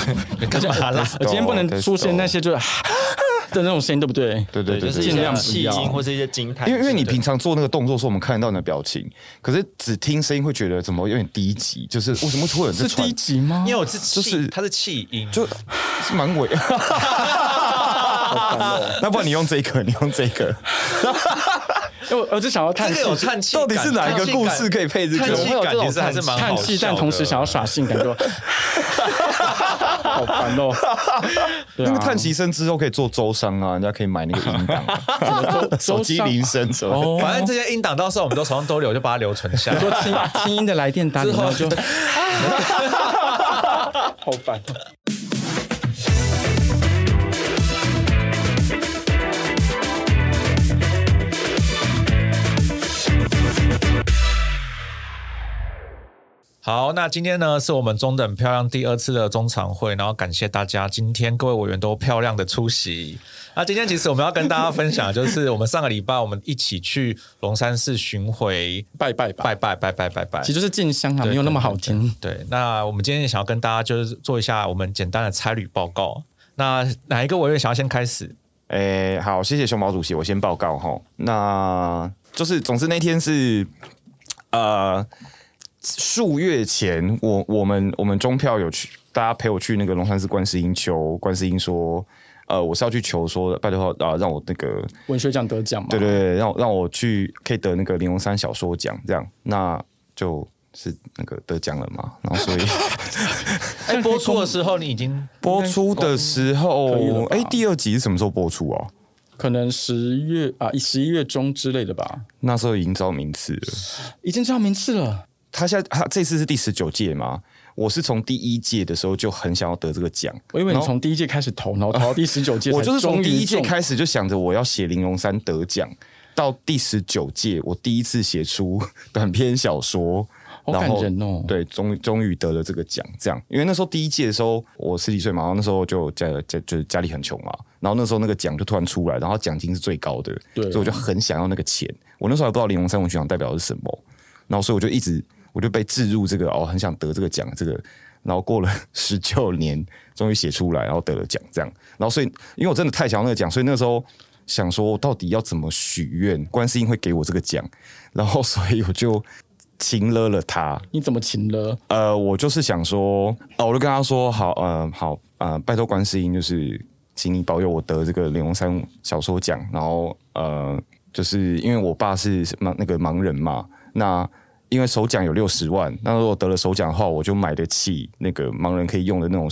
干嘛啦？ 我今天不能出现那些就是的那种声音，对不对？ 对， 就是尽量气音或是一些惊叹。 因为你平常做那个动作的时候，我们看得到你的表情，可是只听声音会觉得怎么有点低级，就是为什么会有人在是低级吗？ 因为它是气音， 就是蛮伪。那不然你用这个， 我就想要叹气， 有叹气， 到底是哪一个故事可以配这个？ 叹气感其实还是蛮好笑的， 叹气，但同时想要耍性感，就好烦哦。 那个叹息声之后可以做周商啊，人家可以买那个音档，手机铃声什么。 反正这些音档到时候我们都手上都留，就把它留存下来。 说轻音的来电打，之后就好烦。 好，那今天呢是我们中等漂亮第2次的中常会，然后感谢大家今天各位委员都漂亮的出席。那今天其实我们要跟大家分享，就是我们上个礼拜我们一起去龙山寺巡回拜拜，其实就是进香啊，没有那么好听。 对，那我们今天想要跟大家就是做一下我们简单的差旅报告。那哪一个委员想要先开始？ 好，谢谢熊猫主席，我先报告齁。那就是总之那天是数月前，我们中票有去，大家陪我去那个龙山寺观世音求观世音说，我是要去求说，拜托让我那个文学奖得奖嘛？ 对，让我去可以得那个林荣山小说奖，这样那就是那个得奖了嘛。然后所以， 播出的时候你已经播出的时候，第2集是什么时候播出啊？ 可能11月中之类的吧。 那时候已经知道名次了， 已经知道名次了。 他这次是第19届嘛？我是从第1届的时候就很想要得这个奖。 我以为你从第1届开始投，然后投到第19届， 我就是从第1届开始就想着我要写林荣山得奖，到第19届我第一次写出短篇小说， 好感人哦。 对，终于得了这个奖，这样。因为那时候第1届的时候我10几岁嘛，然后那时候就是家里很穷嘛，然后那时候那个奖就突然出来，然后奖金是最高的，所以我就很想要那个钱。我那时候还不知道林荣山文学奖代表的是什么，然后所以我就被置入这个很想得这个奖，这个，然后过了19年，终于写出来，然后得了奖，这样。然后所以，因为我真的太想要那个奖，所以那时候想说，到底要怎么许愿，观世音会给我这个奖，然后所以我就请了他。 你怎么请了？ 我就是想说，我就跟他说，好，拜托观世音，就是请你保佑我得这个林荣山小说奖，然后就是因为我爸是那个盲人嘛，那。因为首奖有60万，那如果得了首奖的话，我就买得起那个盲人可以用的那种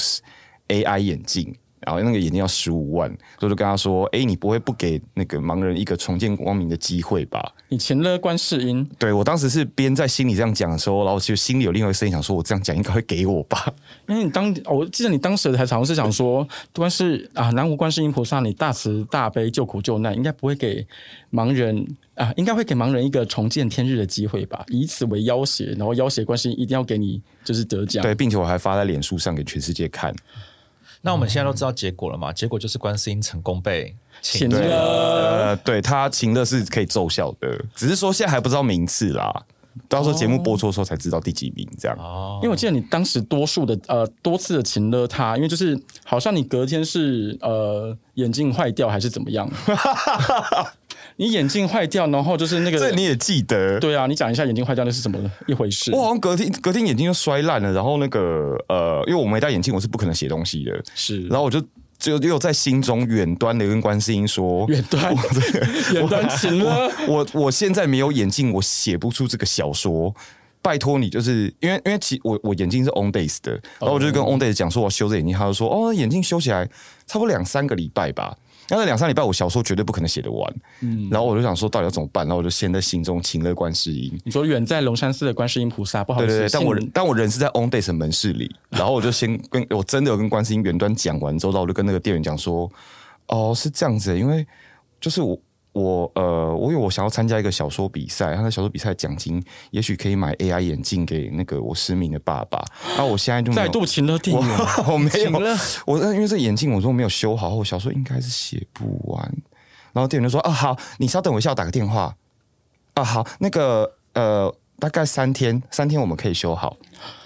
AI 眼镜，然后那个眼镜要15万，所以就跟他说：“你不会不给那个盲人一个重见光明的机会吧？” 你请了观世音， 对，我当时是边在心里这样讲的时候，然后其实心里有另外一个声音想说：“我这样讲应该会给我吧？” 因为我记得你当时的台词好像是想说，南无观世音菩萨，你大慈大悲救苦救难，应该不会给盲人应该会给盲人一个重见天日的机会吧，以此为要挟，然后要挟观世音一定要给你就是得奖。 对，并且我还发在脸书上给全世界看。 那我们现在都知道结果了嘛？结果就是观世音成功被请了。 对，他请了是可以奏效的，只是说现在还不知道名次啦。到时候节目播出的时候才知道第几名这样。 因为我记得你当时多次的请了他，因为就是好像你隔天是眼镜坏掉还是怎么样？你眼镜坏掉，然后就是那个， 这你也记得？对啊，你讲一下眼镜坏掉那是什么一回事？ 我好像隔天眼睛就摔烂了，然后那个因为我没戴眼镜，我是不可能写东西的， 是， 然后我就又在心中远端的跟观世音说， 远端请了我现在没有眼镜，我写不出这个小说。拜托你，就是因为其实我眼镜是 on days 的，然后我就跟 on days 讲说我修这眼镜，他就说眼镜修起来差不多2-3个礼拜吧。那2-3礼拜我小说绝对不可能写得完，然后我就想说到底要怎么办，然后我就先在心中请了观世音。 你说远在龙山寺的观世音菩萨，不好意思， 对，但我人是在 on days 的门市里，然后我就先我真的有跟观世音远端讲完之后，然后我就跟那个店员讲说，是这样子，因为就是因为我想要参加一个小说比赛，他的小说比赛奖金也许可以买 AI 眼镜给那个我失明的爸爸。然后我现在就再度请了店员， 我没有，因为这眼镜我说没有修好，我小说应该是写不完。然后店员就说：“好，你稍等我一下，我打个电话。”好，那个大概3天我们可以修好。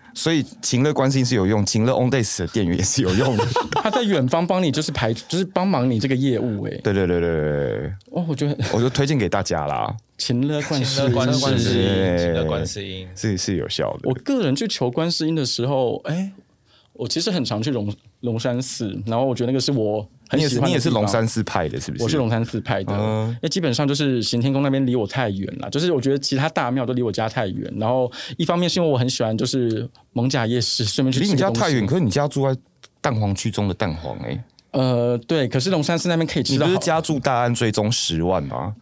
所以情乐观世音是有用，情乐 On Days 的店员也是有用的。 他在远方帮你就是帮忙你这个业务哎。 对。 哦，我就推荐给大家啦。 情乐观世音， 情乐观世音是有效的。 我个人去求观世音的时候，我其实很常去龙山寺，然后我觉得那个是我很喜欢的。 你也是龙山寺派的，是不是？ 我是龙山寺派的，因为基本上就是行天宫那边离我太远了，就是我觉得其他大庙都离我家太远。然后一方面是因为我很喜欢就是艋舺夜市，顺便去吃。 离你家太远，可是你家住在蛋黄区中的蛋黄对，可是龙山寺那边可以吃到。 你不是家住大安追踪10万吗？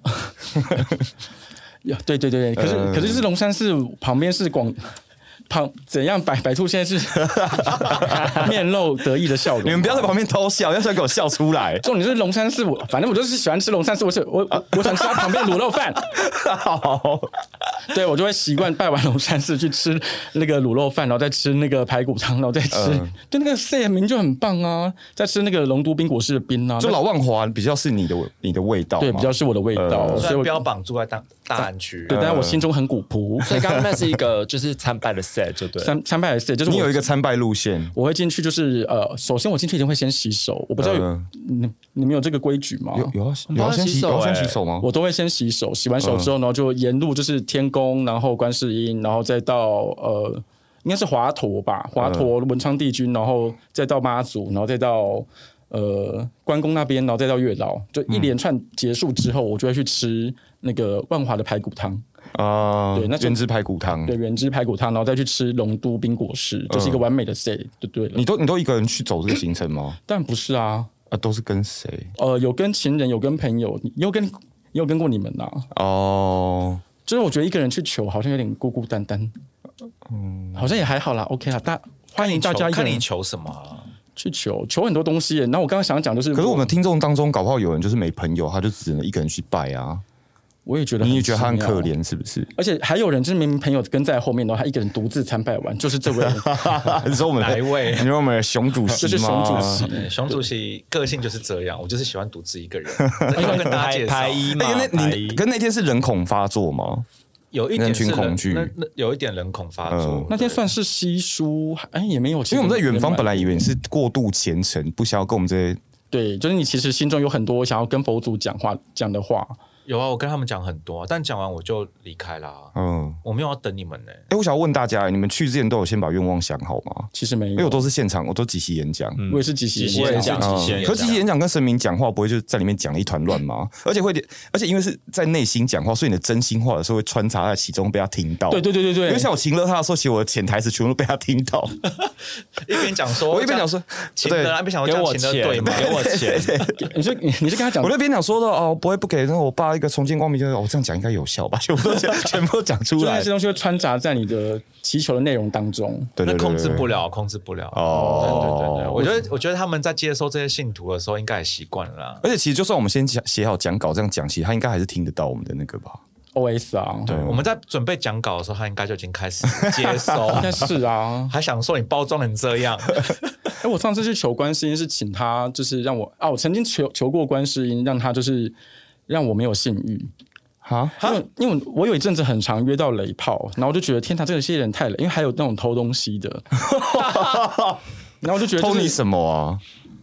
对，可是就是龙山寺旁边是怎样？白兔现在是面露得意的笑容。 你们不要在旁边偷笑，要是要给我笑出来。 重点是龙山寺，反正我就是喜欢吃龙山寺，我想吃它旁边的卤肉饭。 好， 对我就会习惯拜完龙山寺去吃那个卤肉饭，然后再吃那个排骨汤，然后再吃，就那个 set 名就很棒啊！再吃那个龙都冰果室的冰啊， 就老万华比较是你的味道， 对，比较是我的味道， 所以标榜住在大安区， 对，但是我心中很古朴。 所以刚刚那是一个就是参拜的 set， 就对， 参拜的 set 就是你有一个参拜路线， 我会进去就是首先我进去一定会先洗手，我不知道你们有这个规矩吗？ 有要先洗手吗？ 我都会先洗手，洗完手之后，然后就沿路就是天宫，然后观世音，然后再到应该是华佗吧，华佗文昌帝君，然后再到妈祖，然后再到关公那边，然后再到月老，就一连串结束之后，我就会去吃那个万华的排骨汤。对，那原汁排骨汤， 对，原汁排骨汤，然后再去吃龙都冰果室，就是一个完美的 set，就对了。 你都一个人去走这个行程吗？ 当然不是啊， 都是跟谁？ 有跟情人，有跟朋友，也有跟过你们呐。就是我觉得一个人去求好像有点孤孤单单，好像也还好啦 ，OK 啦，欢迎大家一个人。 看你求什么去求很多东西耶。然后我刚刚想讲就是， 可是我们听众当中搞不好有人就是没朋友，他就只能一个人去拜啊。 我也觉得， 你也觉得他很可怜，是不是？ 而且还有人就是明明朋友跟在后面，然后他一个人独自参拜完，就是这位。 你说我们哪一位？ 你说我们的熊主席吗？ 就是熊主席， 熊主席个性就是这样，我就是喜欢独自一个人。要跟大家介绍排一嘛， 跟那天是人恐发作吗？ 有一点人群恐惧， 那有一点人恐发作。 那天算是稀疏，也没有。 因为我们在远方本来以为你是过度虔诚，不想要跟我们这些。 对，就是你其实心中有很多想要跟佛祖讲的话。 有啊，我跟他们讲很多，但讲完我就离开啦。我没有要等你们呢。 我想要问大家，你们去之前都有先把愿望想好吗？ 其实没有， 因为我都是现场，我都即席演讲。 我也是即席演讲。 可即席演讲跟神明讲话，不会就在里面讲了一团乱吗？而且因为是在内心讲话，所以你的真心话有时候会穿插在其中被他听到。 对。因为像我情勒他的时候，其实我的潜台词全部都被他听到。 一边讲说， 我一边讲说， 情勒，一边想说情勒对吗？ 给我钱。 你是跟他讲， 我那边讲说的不会不给，那我爸一个重见光明就。这样讲应该有效吧？全部都讲出来， 这些东西会穿插在你的祈求的内容当中。 对， 控制不了。对。我觉得他们在接收这些信徒的时候，应该也习惯了啦。 而且其实就算我们先写好讲稿这样讲，其实他应该还是听得到我们的那个吧。 OS 啊， 对，我们在准备讲稿的时候，他应该就已经开始接收。 应该是啊， 还想说你包装成这样。 我上次去求观世音是请他，就是让我我曾经求过观世音，让他就是让我没有性欲。因为我有一阵子很常约到雷炮，然后我就觉得天哪，这些人太雷，因为还有那种偷东西的，然后我就觉得、 偷你什么啊？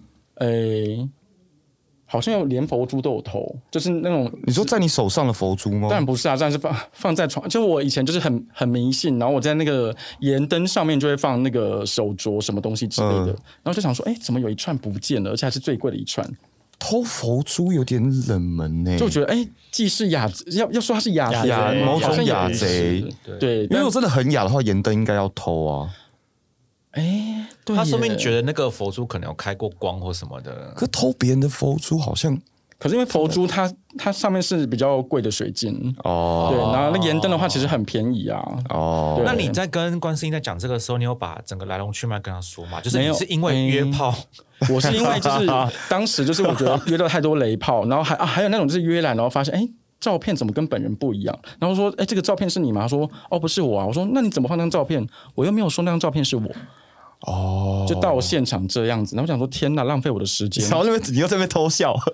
好像连佛珠都有偷，就是那种你说在你手上的佛珠吗？ 当然不是啊，当然是放在床。就我以前就是很迷信，然后我在那个盐灯上面就会放那个手镯什么东西之类的，然后就想说，怎么有一串不见了，而且还是最贵的一串。 偷佛珠有点冷门呢， 就觉得既是雅贼，要说他是雅贼， 某种雅贼， 对， 因为我真的很雅的话，盐灯应该要偷啊。 对， 他说明觉得那个佛珠可能有开过光或什么的， 可偷别人的佛珠好像， 可是因为佛珠它上面是比较贵的水晶对，然后那盐灯的话其实很便宜啊。 那你在跟观世音在讲这个时候，你有把整个来龙去脉跟他说吗？就是你是因为约炮。 我是因为就是当时就是我觉得约到太多雷炮，然后还有那种就是约来，然后发现照片怎么跟本人不一样，然后说这个照片是你吗？他说不是我啊。我说那你怎么放那张照片？我又没有说那张照片是我。就到现场这样子，然后我想说天哪，浪费我的时间。 然后你又在那边偷笑。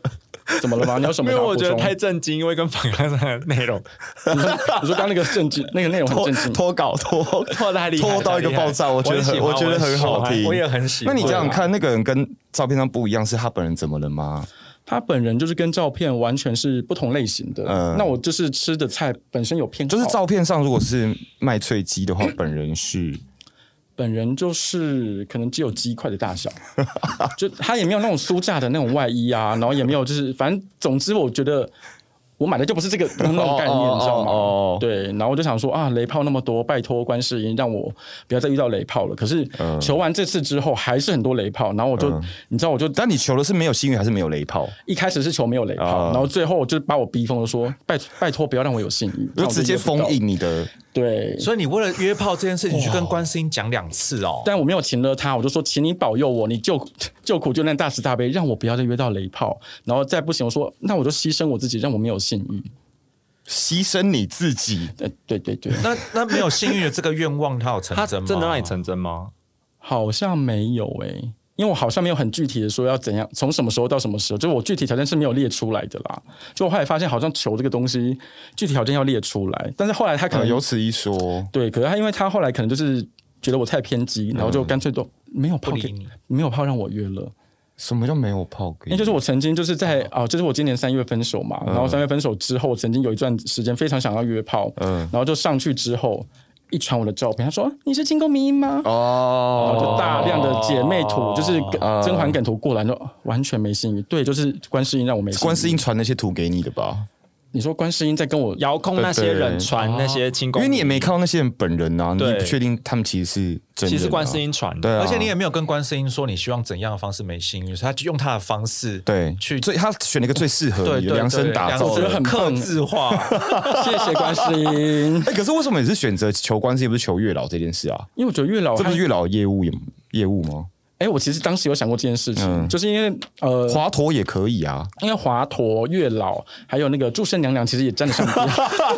怎么了吗？你有什么？ 因为我觉得太震惊，因为跟访谈上的内容， 你说刚刚那个震惊，那个内容很震惊， 拖稿拖到一个爆炸，我觉得很好听， 我也很喜欢。 那你这样看，那个人跟照片上不一样，是他本人怎么了吗？ 他本人就是跟照片完全是不同类型的。那我就是吃的菜本身有偏好， 就是照片上如果是麦脆鸡的话，本人就是可能只有鸡块的大小，就他也没有那种酥炸的那种外衣啊，然后也没有就是反正总之我觉得。我买的就不是这个那种概念，你知道吗？对，然后我就想说啊，雷炮那么多，拜托观世音让我不要再遇到雷炮了。可是求完这次之后，还是很多雷炮，然后我就你知道，但你求的是没有幸运还是没有雷炮？ 一开始是求没有雷炮，然后最后我就把我逼疯了，说拜托不要让我有幸运， 就直接封印你的。 对， 所以你为了约炮这件事情去跟观世音讲2次哦。 但我没有请了他，我就说请你保佑我，你救苦救难大慈大悲，让我不要再约到雷炮，然后再不行，我说那我就牺牲我自己，让我没有性欲。 牺牲你自己？ 对。 那没有幸运的这个愿望，它有成真吗？ 他真的让你成真吗？ 好像没有因为我好像没有很具体的说要怎样，从什么时候到什么时候，就我具体条件是没有列出来的啦。就我后来发现，好像求这个东西具体条件要列出来，但是后来他可能有此一说。 对，可是因为他后来可能就是觉得我太偏激，然后就干脆都没有炮给你，没有炮让我约了。 什么叫没有炮给你？ 因为就是我曾经就是在就是我今年3月分手嘛，然后3月分手之后，曾经有一段时间非常想要约炮，然后就上去之后。一传我的照片，他说你是清宫迷因吗？然后就大量的姐妹图，就是甄嬛梗图过来，就完全没幸运。对，就是观世音让我没幸运。 观世音传那些图给你的吧？ 你说观世音在跟我遥控那些人传那些清宫， 因为你也没看到那些人本人啊，你也不确定他们其实是真人。 其实观世音传的， 对， 而且你也没有跟观世音说你希望怎样的方式没幸运，所以他就用他的方式去， 所以他选了一个最适合你的量身打造， 我觉得很客制化。 谢谢观世音。 可是为什么你是选择求观世音，不是求月老这件事啊？ 因为我觉得月老， 这不是月老的业务吗？ 我其实当时有想过这件事情，就是因为华佗也可以啊， 因为华佗、月老还有那个祝生娘娘，其实也沾得上边，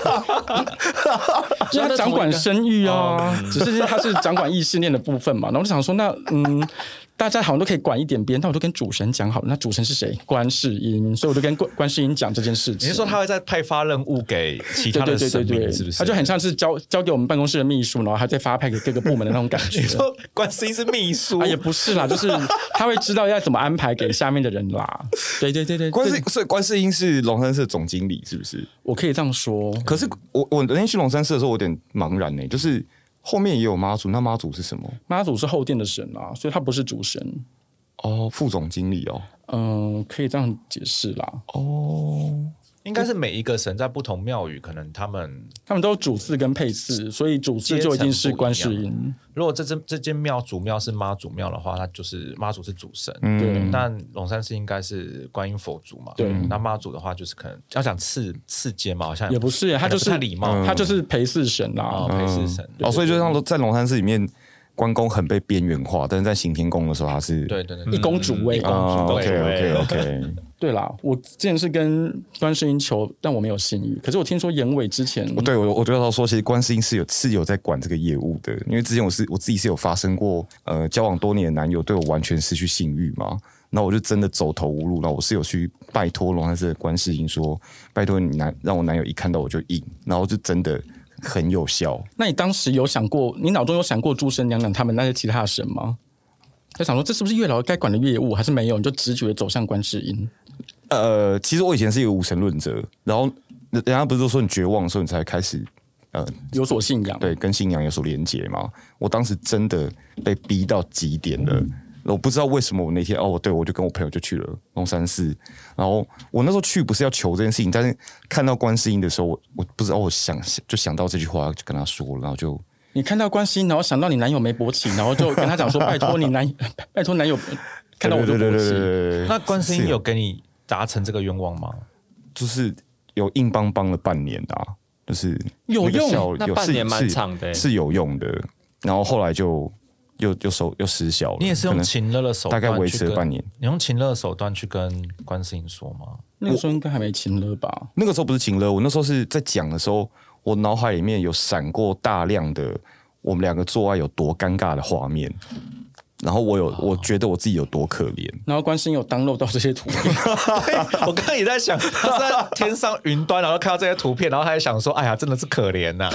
因为他掌管生育啊，只是他是掌管异性恋的部分嘛。然后我就想说，那大家好像都可以管一点边，但我就跟主神讲好了，那主神是谁？观世音，所以我就跟观世音讲这件事情。 你是说他会再派发任务给其他的神明，是不是？ 他就很像是交给我们办公室的秘书，然后他再发派给各个部门的那种感觉。 你说观世音是秘书也不是啦，就是他会知道要怎么安排给下面的人啦。对， 所以观世音是龙山寺的总经理，是不是？ 我可以这样说。 可是我那天去龙山寺的时候，我有点茫然就是。后面也有妈祖，那妈祖是什么？ 妈祖是后殿的神啊，所以他不是主神。 副总经理可以这样解释啦。 应该是每一个神在不同庙宇，可能他们都有主祀跟配祀，所以主祀就一定是观世音。 如果这间庙主庙是妈祖庙的话，那就是妈祖是主神。 对， 但龙山寺应该是观音佛祖嘛。 对， 那妈祖的话就是可能要讲次阶嘛，好像也不是，他就是礼貌， 他就是陪祀神啦， 陪祀神。 所以就像在龙山寺里面。关公很被边缘化，但是在行天宫的时候，他是对一公主位。 OK。 对啦，我之前是跟观世音求，但我没有幸运。可是我听说严伟之前， 对我就要说，其实观世音是有在管这个业务的，因为之前我自己是有发生过，交往多年的男友对我完全失去性欲嘛，那我就真的走投无路，那我是有去拜托龙山寺的观世音说，拜托你让我男友一看到我就硬，然后就真的。很有效。 那你当时有想过，你脑中有想过诸神娘娘他们那些其他的神吗？在想说这是不是月老该管的业务，还是没有？你就直觉走向观世音？ 其实我以前是一个无神论者，然后人家不是都说你绝望的时候，你才开始有所信仰， 对，跟信仰有所连结嘛。我当时真的被逼到极点了。我不知道为什么我那天对，我就跟我朋友就去了龙山寺，然后我那时候去不是要求这件事情，但是看到观世音的时候，我不知道我想到这句话，就跟他说了，然后就你看到观世音，然后想到你男友没勃起，然后就跟他讲说拜托男友看到我就勃起。 那观世音有给你达成这个愿望吗？ 就是有硬邦邦了半年啊，就是有用， 那半年蛮长的， 是有用的，然后后来就。又失效了。 你也是用情勒的手段， 大概维持了半年。 你用情勒的手段去跟观世音说吗？ 那个时候应该还没情勒吧？ 那个时候不是情勒，我那时候是在讲的时候，我脑海里面有闪过大量的我们两个做爱有多尴尬的画面。 然后我觉得我自己有多可怜， 然后观世音有 download 到这些图片， 我刚刚也在想，他是在天上云端，然后看到这些图片，然后他也想说，哎呀，真的是可怜呐、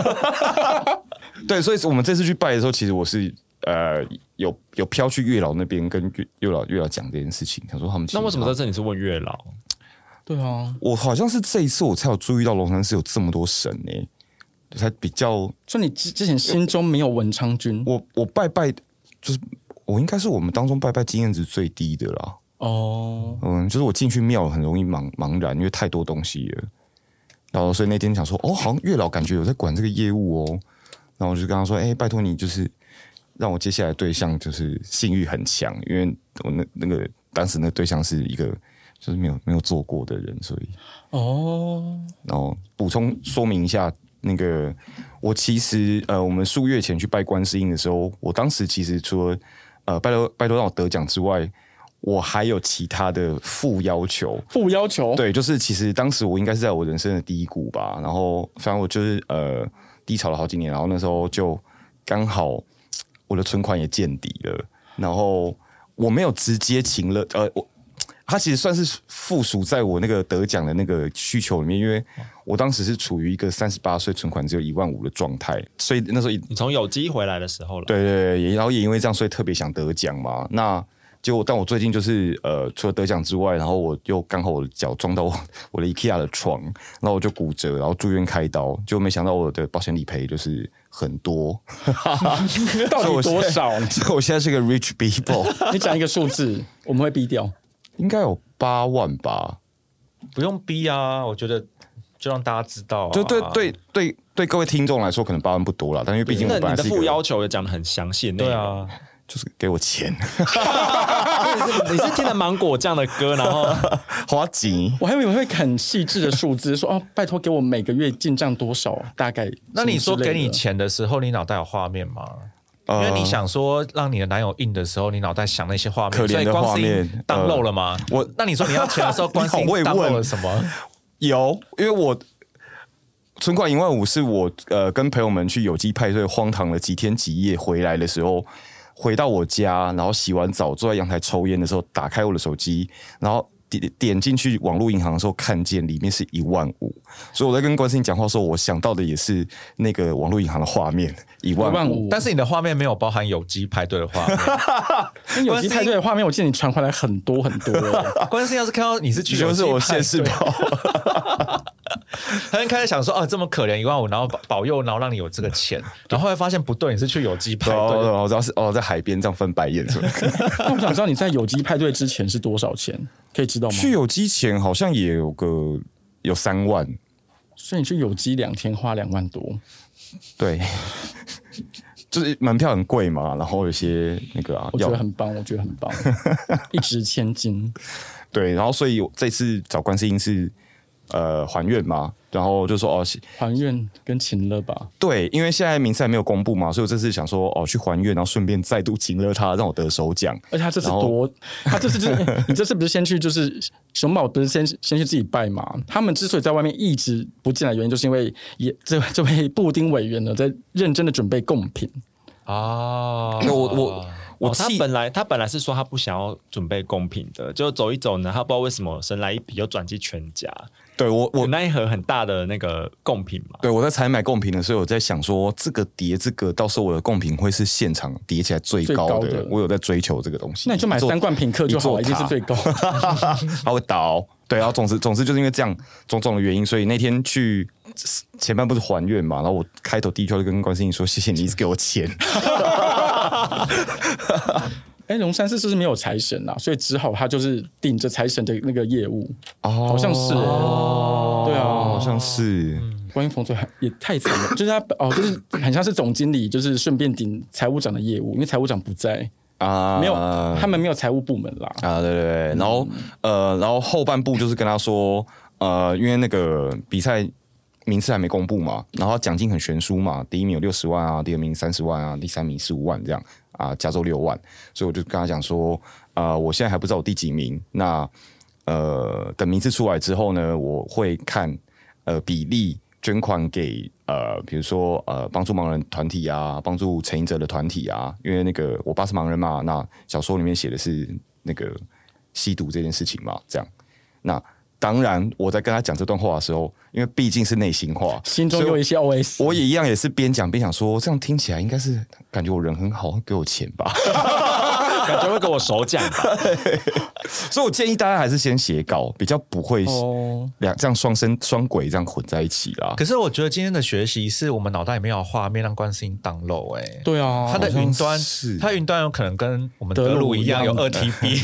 对，所以我们这次去拜的时候，其实我是有飘去月老那边跟月老讲这件事情，想说他们那为什么在这里是问月老？ 对啊， 我好像是这一次我才有注意到龙山寺有这么多神欸，才比较。 所以你之前心中没有文昌君？ 我拜拜就是我应该是我们当中拜拜经验值最低的啦。 哦， 就是我进去庙很容易茫然，因为太多东西了。然后所以那天想说，好像月老感觉有在管这个业务哦。然后我就跟他说，拜托你就是让我接下来的对象就是性欲很强，因为我那个当时那个对象是一个就是没有做过的人，所以然后补充说明一下，那个我其实我们数月前去拜观世音的时候，我当时其实除了拜托让我得奖之外，我还有其他的副要求。 对， 就是其实当时我应该是在我人生的低谷吧，然后反正我就是低潮了好几年，然后那时候就刚好我的存款也见底了，然后我没有直接请了它其实算是附属在我那个得奖的那个需求里面，因为我当时是处于一个38岁存款只有15000的状态，所以那时候你从有机回来的时候了， 对，然后也因为这样，所以特别想得奖嘛。那结果，但我最近就是除了得奖之外，然后我又刚好我的脚撞到我的 IKEA 的床，然后我就骨折，然后住院开刀，就没想到我的保险理赔就是很多， 到底多少？ 所以我现在是个 rich people。 你讲一个数字，我们会逼掉， 应该有8万吧？ 不用逼啊，我觉得就让大家知道、啊。 就对各位听众来说，可能8万不多啦，但因为毕竟我本来是一个你的附要求也讲得很详细， 对啊。 就是给我钱， 你是听了芒果酱的歌，然后花钱。 我还以为会很细致的数字，说拜托给我每个月进账多少，大概。 那你说给你钱的时候，你脑袋有画面吗？因为你想说让你的男友硬的时候，你脑袋想那些画面， 可怜的画面当漏了吗？那你说你要钱的时候，观世音当漏了什么？ 有，因为我存款15000是我跟朋友们去有机派对荒唐了几天几夜，回来的时候。回到我家，然后洗完澡，坐在阳台抽烟的时候，打开我的手机，然后点进去网络银行的时候，看见里面是15000，所以我在跟观世音讲话的时候，我想到的也是那个网络银行的画面，15000。 但是你的画面没有包含有机派对的画面， 有机派对的画面，我记得你传回来很多很多。 观世音要是看到你是去有机派对， 就是我现世报。 他就开始想说，这么可怜15000，然后保佑，然后让你有这个钱，然后后来发现不对，你是去有机派对， 我知道是在海边这样翻白眼是吧？ 那我想知道你在有机派对之前是多少钱，可以知道吗？ 去有机前好像也有3万， 所以你去有机2天花2万多， 对。就是门票很贵嘛，然后有些那个我觉得很棒，一掷千金。 对，然后所以这次找观世音是还愿嘛，然后就说还愿跟请了吧。 对，因为现在名次还没有公布嘛，所以我这次想说去还愿，然后顺便再度请了他，让我得首奖。 而且他这次就是你这次不是先去就是熊宝不是先去自己拜嘛？他们之所以在外面一直不进来，原因就是因为这位布丁委员呢在认真的准备贡品啊。 他本来是说他不想要准备贡品的，就走一走呢，他不知道为什么神来一笔又转进全家。 对我那一盒很大的那个贡品嘛， 对我在采买贡品的时候，我在想说这个叠到时候我的贡品会是现场叠起来最高的，我有在追求这个东西。 那你就买3罐品客就好了，一定是最高。 它会倒，对，然后总之就是因为这样种种的原因，所以那天去前半部是还愿嘛，然后我开头第一句就跟观世音说：“谢谢你一直给我钱。” 龙山寺是不是没有财神啊？所以只好他就是顶着财神的那个业务，好像是对啊， 好像是。 观音逢岁也太惨了，就是他就是很像是总经理，就是顺便顶财务长的业务，因为财务长不在啊，没有，他们没有财务部门啦啊，对，然后后半部就是跟他说，因为那个比赛名次还没公布嘛，然后奖金很悬殊嘛，第一名有60万啊，第二名30万啊，第3名15万这样。加州6万，所以我就跟他讲说，我现在还不知道我第几名，那等名次出来之后呢，我会看比例捐款给比如说帮助盲人团体啊，帮助成瘾者的团体啊，因为那个我爸是盲人嘛，那小说里面写的是那个吸毒这件事情嘛，这样。那当然我在跟他讲这段话的时候，因为毕竟是内心话， 心中有一些 OS， 我也一样也是边讲边想说，这样听起来应该是感觉我人很好，给我钱吧。 感觉会给我手奖吧， 所以我建议大家还是先写稿，比较不会这样双轨这样混在一起啦。 可是我觉得今天的学习是我们脑袋里面有画面，让观世音download 对啊， 它的云端有可能跟我们德鲁一样有2TB。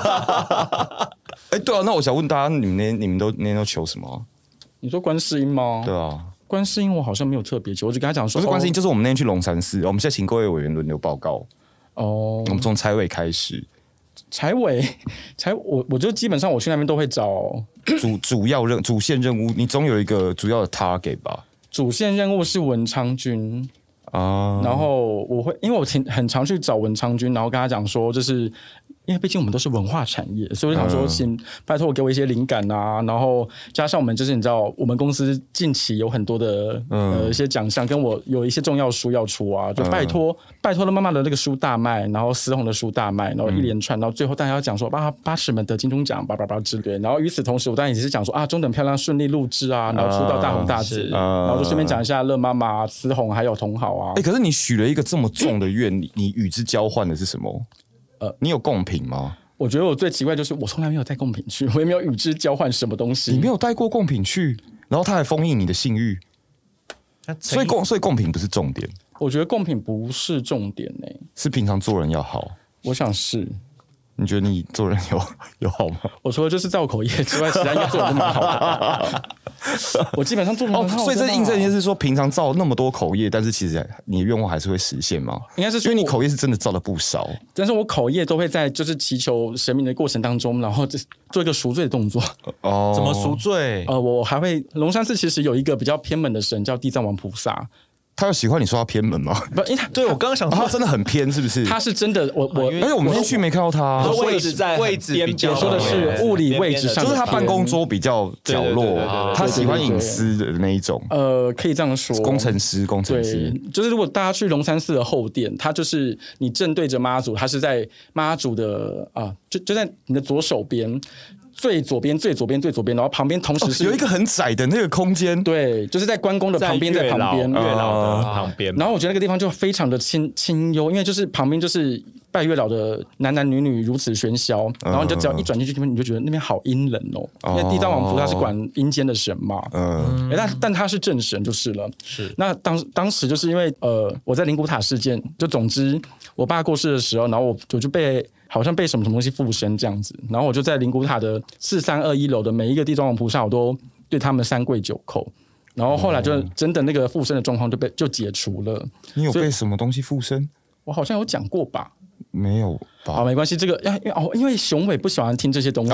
对啊，那我想问大家，你们那天都求什么？ 你说观世音吗？ 对啊， 观世音我好像没有特别求，我就跟他讲说， 不是观世音，就是我们那天去龙山寺，我们现在请各位委员轮流报告。我们从财委开始。 财委，我就基本上我去那边都会找主线任务，你总有一个主要的 target 吧？ 主线任务是文昌君啊，然后因为我很常去找文昌君，然后跟他讲说，就是因为毕竟我们都是文化产业，所以我就想说，请拜托我给我一些灵感啊，然后加上我们就是你知道，我们公司近期有很多的一些奖项，跟我有一些重要书要出啊，就拜托了妈妈的那个书大卖，然后思宏的书大卖，然后一连串，然后最后大家要讲说八尺门得金钟奖，叭叭叭之类，然后与此同时，我当然也是讲说中等漂亮顺利录制啊，然后出到大红大紫，然后就顺便讲一下乐妈妈、思宏还有同好啊。 可是你许了一个这么重的愿，你与之交换的是什么？你有贡品吗？ 我觉得我最奇怪就是我从来没有带贡品去，我也没有与之交换什么东西。 你没有带过贡品去，然后他还封印你的信誉，所以贡品不是重点。 我觉得贡品不是重点是平常做人要好。 我想是。 你觉得你做人有好吗？ 我除了就是造口业之外，其他应该做的都蛮好的。我基本上做的很好， 所以这印证就是说，平常造那么多口业，但是其实你的愿望还是会实现吗？ 应该是因为你口业是真的造了不少， 但是我口业都会在就是祈求神明的过程当中，然后做一个赎罪的动作。 怎么赎罪？ 我还会龙山寺其实有一个比较偏门的神叫地藏王菩萨。 他有喜欢你说他偏门吗？ 不， 对我刚刚想说， 他真的很偏，是不是？ 他是真的， 而且我们先去没看到他， 位置在位置比较， 我说的是物理位置上， 就是他办公桌比较角落，他喜欢隐私的那一种。 可以这样说， 工程师， 对，就是如果大家去龙山寺的后殿，它就是你正对着妈祖，它是在妈祖的就在你的左手边。最左边，然后旁边同时是有一个很窄的那个空间， 对，就是在关公的旁边，在旁边月老的旁边。 然后我觉得那个地方就非常的清幽，因为就是旁边就是拜月老的男女如此喧嚣，然后你就只要一转进去，你就觉得那边好阴冷哦。因为地藏王菩萨是管阴间的神嘛，但他是正神就是了。 是那当时就是因为我在灵骨塔事件，就总之我爸过世的时候，然后我就好像被什么东西附身这样子，然后我就在灵骨塔的4321楼的每一个地藏王菩萨，我都对他们3跪9叩，然后后来就真的那个附身的状况就解除了。 你有被什么东西附身？ 我好像有讲过吧？ 没有吧？ 好，没关系，这个因为雄伟不喜欢听这些东西。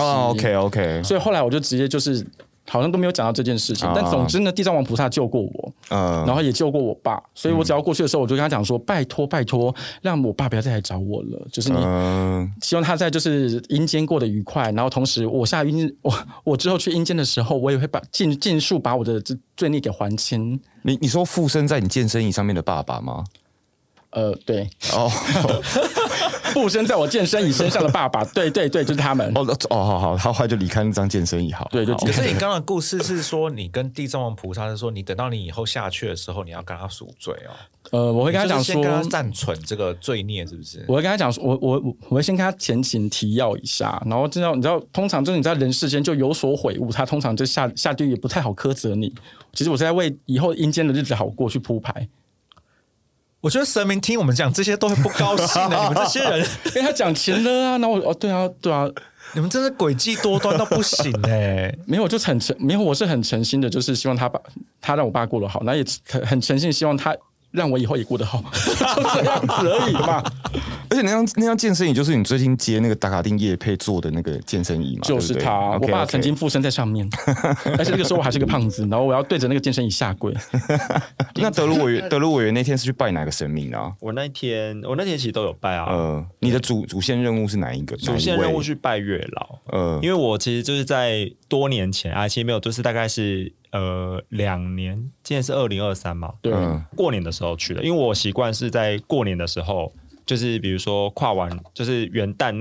OK， 所以后来我就直接就是好像都没有讲到这件事情。但总之呢，地藏王菩萨救过我，然后也救过我爸，所以我只要过去的时候，我就跟他讲说，拜托，让我爸不要再来找我了。就是你希望他在就是阴间过得愉快，然后同时我之后去阴间的时候，我也会尽数把我的罪孽给还清。 你说附身在你健身椅上面的爸爸吗？ 对附身在我健身椅身上的爸爸，对，就是他们。 好，他后来就离开那张健身椅，好。 对， 可是你刚刚的故事是说，你跟地藏王菩萨是说，你等到你以后下去的时候，你要跟他赎罪哦。 我会跟他讲说， 先跟他暂存这个罪孽，是不是？ 我会跟他讲说，我会先跟他前情提要一下，然后你知道，通常就是你在人世间就有所悔悟，他通常就下地狱也不太好苛责你。其实我是在为以后阴间的日子好过去铺排。 我觉得神明听我们讲这些都会不高兴的，你们这些人， 因为他讲钱了啊，然后对啊， 你们真是诡计多端到不行没有，我就我是很诚心的，就是希望他让我爸过得好，那也很诚心希望他让我以后也过得好，就这样子而已嘛。 而且那张健身椅就是你最近接那个达卡丁业配做的那个健身椅嘛， 就是他，我爸曾经附身在上面，而且那个时候我还是个胖子，然后我要对着那个健身椅下跪。 那德鲁委员那天是去拜哪个神明啊？ 我那天其实都有拜啊。 你的主线任务是哪一个？ 主线任务是拜月老。因为我其实就是在多年前其实没有，就是大概是 2年，今年是2023嘛， 对， 过年的时候去的，因为我习惯是在过年的时候，就是比如说跨完，就是元旦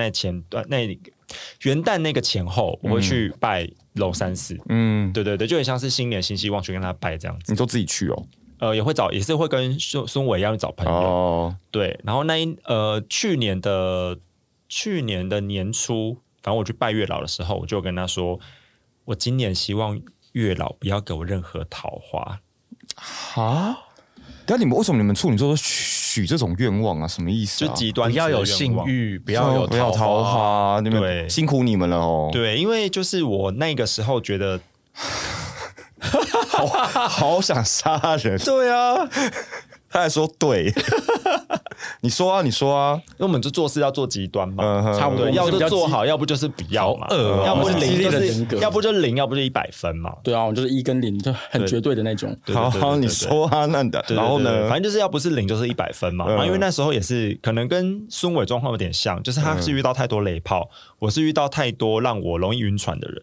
那个前后，我会去拜龙山寺。对对对，就很像是新年新希望去跟他拜这样子。 你都自己去哦？ 也是会跟孙伟一样去找朋友。对，然后去年的年初，反正我去拜月老的时候，我就跟他说，我今年希望月老不要给我任何桃花。 哈？但为什么你们处女座都许这种愿望啊？什么意思就极端不要有性欲，不要有桃花，你们辛苦你们了哦。 对，因为就是我那个时候觉得好想杀人。 对啊， 他还说对。你说啊，因为我们就做事要做极端嘛， 差不多， 要就做好，要不就是不要嘛，要不0就是，要不就0，要不就100分嘛。 对啊，我就是1跟0就很绝对的那种。 好，你说啊，那然后呢？ 反正就是要不是0就是100分嘛。然后因为那时候也是可能跟孙伟状况有点像，就是他是遇到太多雷炮，我是遇到太多让我容易晕船的人。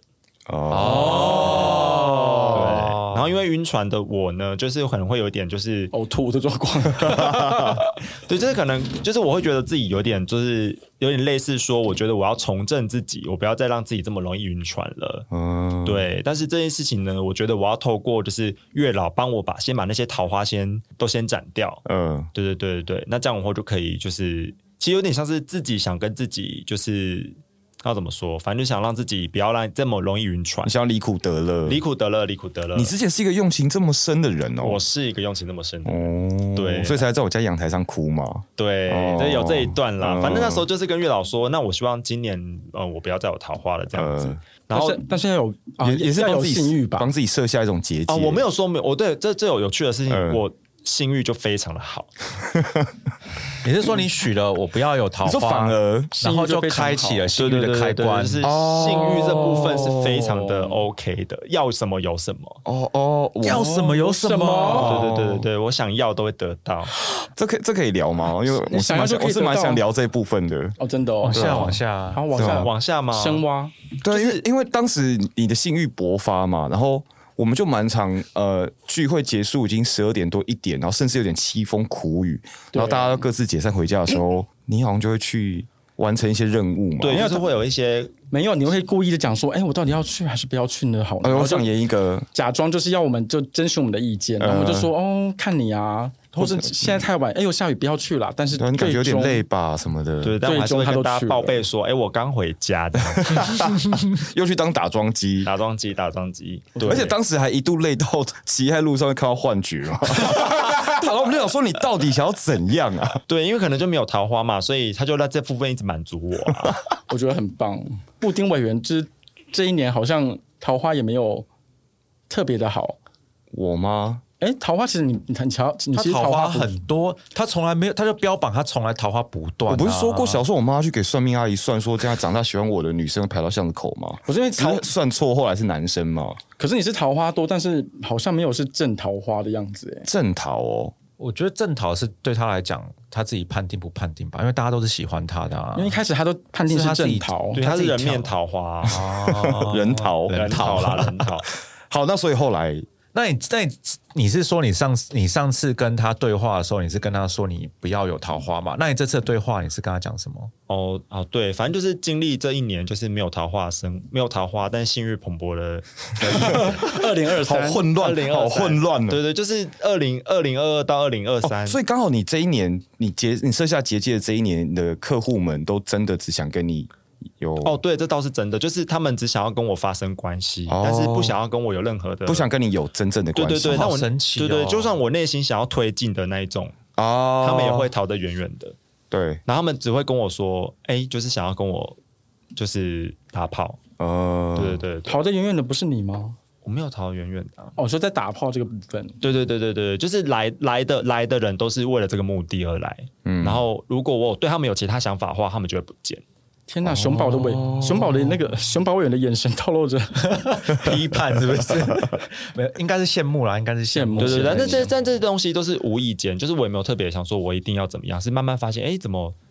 然后因为晕船的我呢，就是可能会有点就是呕吐的状况。 对，就是可能就是我会觉得自己有点类似说，我觉得我要重振自己，我不要再让自己这么容易晕船了。对。但是这件事情呢，我觉得我要透过就是月老帮我先把那些桃花都先斩掉。对。那这样我就可以就是其实有点像是自己想跟自己就是要怎么说，反正就想让自己不要让这么容易晕船。 你想要离苦得乐。 你之前是一个用情这么深的人哦。 我是一个用情那么深的人。对， 所以才在我家阳台上哭嘛。 对，有这一段啦。反正那时候就是跟月老说，那我希望今年我不要再有桃花了这样子。然后但是要也是帮自己性欲吧， 帮自己设下一种结界。 我没有说没有，对，这有趣的事情，我性欲就非常的好。 你是说你许了我不要有桃花， 你说反而然后就开启了性欲的开关， 就是性欲这部分是非常的 OK 的，要什么有什么。 要什么有什么。 对，我想要都会得到。 这可以聊吗？因为我是蛮想聊这一部分的。 真的哦， 往下， 好往下吗？ 深挖。 对，因为当时你的性欲勃发嘛，然后我们就蛮常聚会结束已经12点多1点，然后甚至有点凄风苦雨，然后大家都各自解散回家的时候，你好像就会去完成一些任务嘛。 对，就是会有一些没有，你会故意的讲说，我到底要去还是不要去呢？好， 我想演一个假装就是要我们就征询我们的意见，然后我们就说看你啊。或者现在太晚，又下雨，不要去了。但是你感觉有点累吧，什么的。 对，但我还是会跟大家报备说，我刚回家的， 又去当打桩机。 对， 而且当时还一度累到骑在路上会看到幻觉嘛。然后我们就想说，你到底想要怎样啊？ 对，因为可能就没有桃花嘛，所以他就在这部分一直满足我啊。 我觉得很棒。布丁委员这一年好像桃花也没有特别的好。 我吗？ 桃花其实你其实桃花很多，他从来没有，他就标榜他从来桃花不断。 我不是说过小时候我妈去给算命阿姨算说，这样长大喜欢我的女生排到巷子口吗？ 不是因为算错，后来是男生嘛。 可是你是桃花多，但是好像没有是正桃花的样子。 正桃哦， 我觉得正桃是对他来讲，他自己判定不判定吧？因为大家都是喜欢他的因为一开始他都判定是正桃， 对，他是人面桃花， 人桃啦。 好，那所以后来。 那你是说你上次跟他对话的时候，你是跟他说你不要有桃花嘛？那你这次的对话你是跟他讲什么？ 对，反正就是经历这一年，就是没有桃花，但性欲蓬勃的 2023， 好混乱，好混乱。 对，就是2022到2023， 所以刚好你这一年，你设下结界的这一年的客户们都真的只想跟你。 对，这倒是真的，就是他们只想要跟我发生关系，但是不想要跟我有任何的， 不想跟你有真正的关系。 对， 好神奇。 对，就算我内心想要推进的那一种，他们也会逃得远远的。 对， 然后他们只会跟我说，就是想要跟我就是打炮。对， 逃得远远的不是你吗？ 我没有逃得远远的。 说在打炮这个部分。 对，就是来的人都是为了这个目的而来。然后如果我对他们有其他想法的话，他们就会不见。 天哪！熊宝的那个熊宝委员的眼神透露着批判，是不是？没有，应该是羡慕啦，应该是羡慕。 对，但这些东西都是无意间，就是我也没有特别想说我一定要怎么样，是慢慢发现，怎么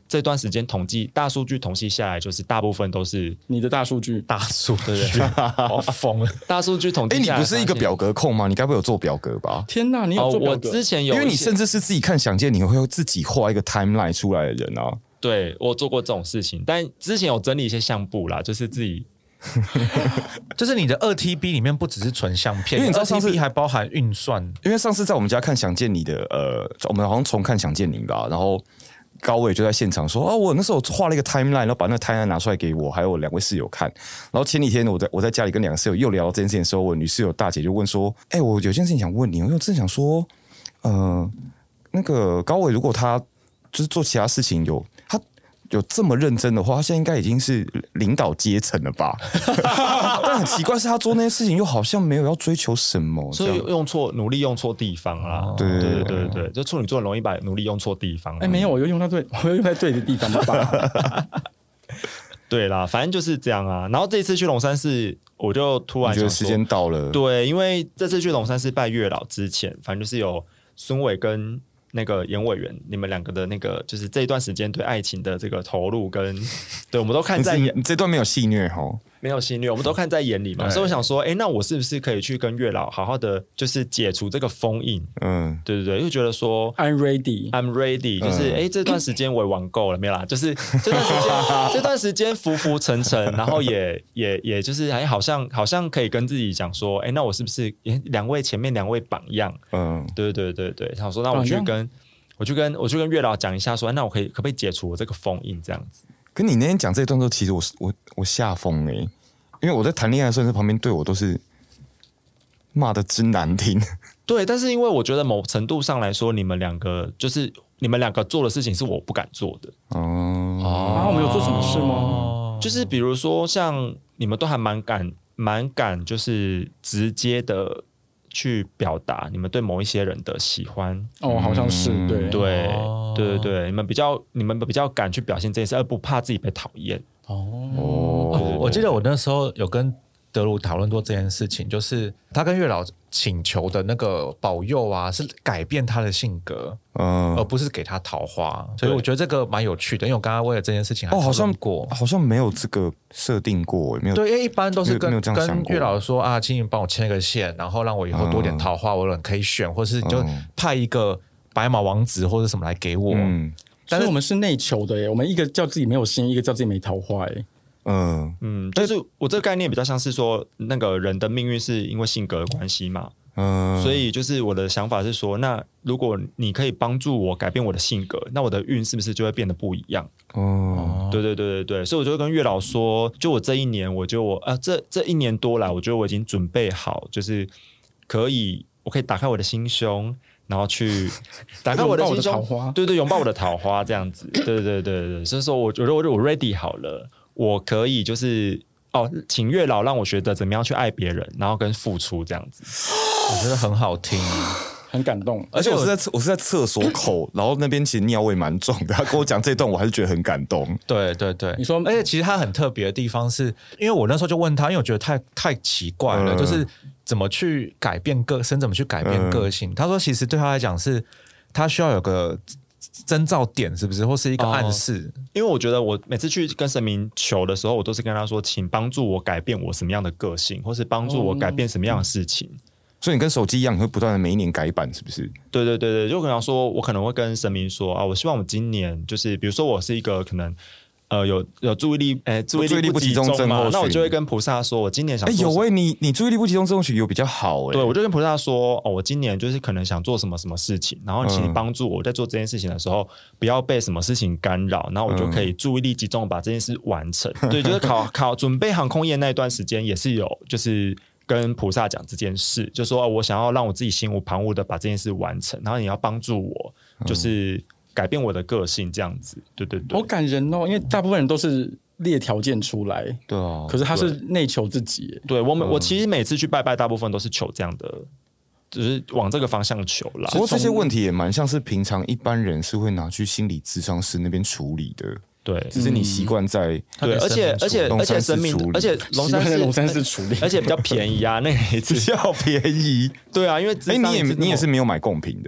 这段时间统计大数据统计下来，就是大部分都是你的大数据， 大数对不对？好疯了！ 大数据统计下来， 你不是一个表格控吗？你该不会有做表格吧？ 天哪，你有做表格？ 我之前有， 因为你甚至是自己看想见，你会自己画一个 timeline 出来的人啊。 对，我做过这种事情，但之前有整理一些相簿啦，就是自己。 就是你的2TB 里面不只是纯相片，因为你知道2TB 还包含运算。 因为上次在我们家看想见你的我们好像重看想见你吧，然后高伟就在现场说我那时候画了一个 timeline， 然后把那个 timeline 拿出来给我还有我2位室友看。然后前几天我在家里跟2个室友又聊到这件事情的时候，我女室友大姐就问说我有件事情想问你，因为我真的想说那个高伟如果他就是做其他事情有这么认真的话，他现在应该已经是领导阶层了吧？但很奇怪是他做那些事情又好像没有要追求什么， 所以努力用错地方啦。对，就处女座容易把努力用错地方。 没有，我又用在对的地方吧。 对啦，反正就是这样啊。然后这次去龙山寺，我就突然觉得时间到了。 对，因为这次去龙山寺拜月老之前，反正就是有孙伟跟那个严委员，你们2个的那个就是这一段时间对爱情的这个投入跟对我们都看在眼， 这段没有戏虐齁， 没有戏虐，我们都看在眼里嘛。所以我想说，那我是不是可以去跟月老好好的就是解除这个封印？对，又觉得说 I'm ready， 就是这段时间我也玩够了，没有啦，就是这段时间浮浮沉沉，然后也就是好像可以跟自己讲说，那我是不是前面2位榜样？对，想说那我去跟月老讲一下说，那我可不可以解除我这个封印这样子？ 跟你那天讲这一段之后，其实我吓疯因为我在谈恋爱的时候，旁边对我都是骂的真难听。 对，但是因为我觉得某程度上来说，你们2个做的事情是我不敢做的。 我们有做什么事吗？ 就是比如说像你们都还蛮敢，就是直接的去表达你们对某一些人的喜欢。 好像是对，你们比较敢去表现这件事，而不怕自己被讨厌。 我记得我那时候有跟德鲁讨论过这件事情，就是他跟月老请求的那个保佑啊，是改变他的性格，而不是给他桃花。所以我觉得这个蛮有趣的，因为我刚刚为了这件事情还讨论过， 好像没有这个设定过，没有。 对，因为一般都是跟月老说啊，请你帮我牵个线，然后让我以后多点桃花，我有人可以选，或是你就派一个白马王子或者什么来给我。 但是我们是内求的耶，我们一个叫自己没有心，一个叫自己没桃花耶。 就是我这个概念比较像是说，那个人的命运是因为性格的关系嘛，所以就是我的想法是说，那如果你可以帮助我改变我的性格，那我的运是不是就会变得不一样？对，所以我就会跟月老说，就我这一年，这1年多来，我觉得我已经准备好，就是我可以打开我的心胸。然后去打开我的心胸，对，拥抱我的桃花这样子，对，所以说我觉得我 ready 好了，我可以就是请月老让我学得怎么样去爱别人，然后跟付出这样子， 我觉得很好听， 很感动。 而且我是在厕所口，然后那边其实尿味蛮重的。他跟我讲这段，我还是觉得很感动。 对， 你说， 而且其实他很特别的地方是，因为我那时候就问他，因为我觉得太奇怪了，就是怎么去改变怎么去改变个性。他说，其实对他来讲是，他需要有个征兆点，是不是，或是一个暗示？ 因为我觉得我每次去跟神明求的时候，我都是跟他说，请帮助我改变我什么样的个性，或是帮助我改变什么样的事情。 所以你跟手机一样，你会不断的每一年改版，是不是？ 对，就可能说，我可能会跟神明说我希望我今年就是，比如说我是一个可能有注意力不集中症嘛，那我就会跟菩萨说，我今年想做你注意力不集中症候群有比较好对，我就跟菩萨说，我今年就是可能想做什么什么事情，然后请你帮助我在做这件事情的时候，不要被什么事情干扰，然后我就可以注意力集中把这件事完成。对，就是准备航空业那一段时间也是有就是跟菩萨讲这件事，就说我想要让我自己心无旁骛的把这件事完成，然后你要帮助我，就是改变我的个性这样子。对， 好感人哦，因为大部分人都是列条件出来， 对啊， 可是他是内求自己。 对，我其实每次去拜拜，大部分都是求这样的，就是往这个方向求啦。 不过这些问题也蛮像是平常一般人是会拿去心理咨商师那边处理的。 对， 只是你习惯在对，而且神明，而且龙山寺处理， 而且比较便宜啊，那个比较便宜。 对啊，因为你也是没有买贡品的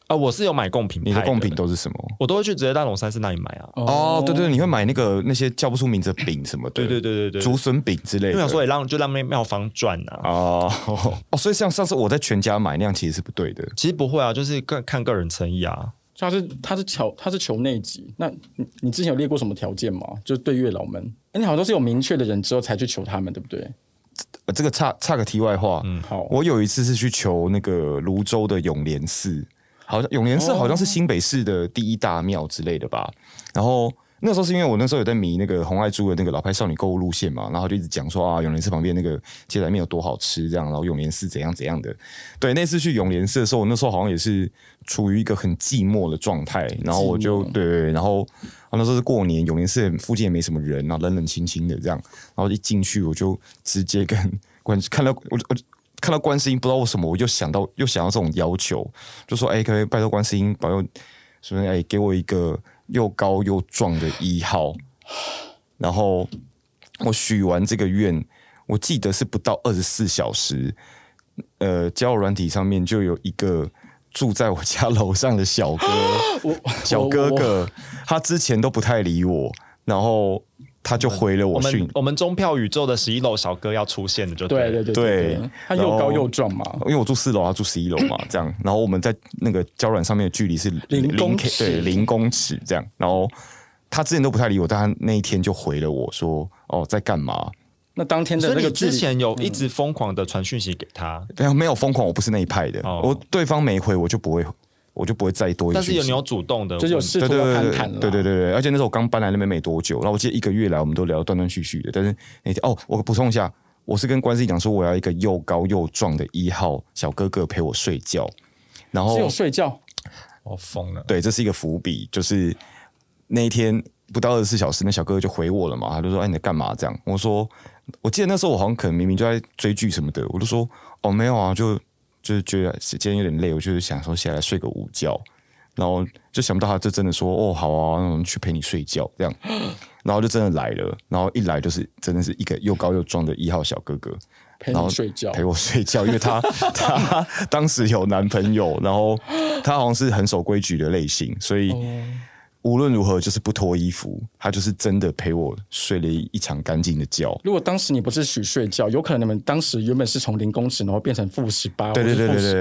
我是有买贡品派的。 你的贡品都是什么？ 我都会去直接到龙山寺那里买啊。 哦，对对，你会买那些叫不出名字的饼什么的， 对， 竹笋饼之类的。 因为想说也让庙方赚啊。 哦，所以像上次我在全家买那样其实是不对的。 其实不会啊，就是看个人诚意啊。 他是求内急。那你之前有列过什么条件吗？就是对月老们，你好像都是有明确的人之后才去求他们，对不对？ 这个岔个题外话， 好， 我有一次是去求那个泸州的永莲寺，好像永莲寺好像是新北市的第一大庙之类的吧。然后那时候是因为我那时候有在迷那个洪爱珠的那个老派少女购物路线嘛，然后就一直讲说啊，永莲寺旁边那个街仔面有多好吃这样，然后永莲寺怎样怎样的。对，那次去永莲寺的时候，我那时候好像也是处于一个很寂寞的状态，然后我就对，然后那时候是过年，永莲寺附近也没什么人，然后冷冷清清的这样，然后一进去我就直接跟看到观世音，不知道为什么我又想到这种要求，就说可不可以拜托观世音保佑，是不是给我一个又高又壮的1号。然后我许完这个愿，我记得是不到24小时，交友软体上面就有一个住在我家楼上的小哥哥，他之前都不太理我，然后他就回了我讯。 我们中票宇宙的11楼小哥要出现了，就对，他又高又壮嘛。 因为我住4楼，他住11楼嘛，这样。然后我们在那个交软上面的距离是0公尺这样。然后他之前都不太理我，但他那一天就回了我说：“哦，在干嘛？” 那当天的那个之前有一直疯狂的传讯息给他， 没有疯狂，我不是那一派的。我对方没回，我就不会再多一句。 但是你有主动的， 就是有试图要攀谈了。 对，而且那时候我刚搬来那边没多久，然后我记得1个月来我们都聊得断断续续的。但是那天我补充一下，我是跟观世音讲说我要一个又高又壮的1号小哥哥陪我睡觉，然后只有睡觉， 我疯了。 对，这是一个伏笔，就是那一天不到24小时，那小哥哥就回我了嘛，他就说：“你在干嘛？”这样，我说：“我记得那时候我好像可能明明就在追剧什么的。”我就说：“哦，没有啊，就是觉得今天有点累，我就是想说起来睡个午觉。”然后就想不到他就真的说：“哦，好啊，那我们去陪你睡觉。”这样，然后就真的来了，然后一来就是真的是一个又高又壮的1号小哥哥。 陪你睡觉， 陪我睡觉，因为他当时有男朋友，然后他好像是很守规矩的类型，所以无论如何就是不脱衣服，他就是真的陪我睡了一场干净的觉。 如果当时你不是许睡觉，有可能你们当时原本是从0公尺，然后变成-18， 对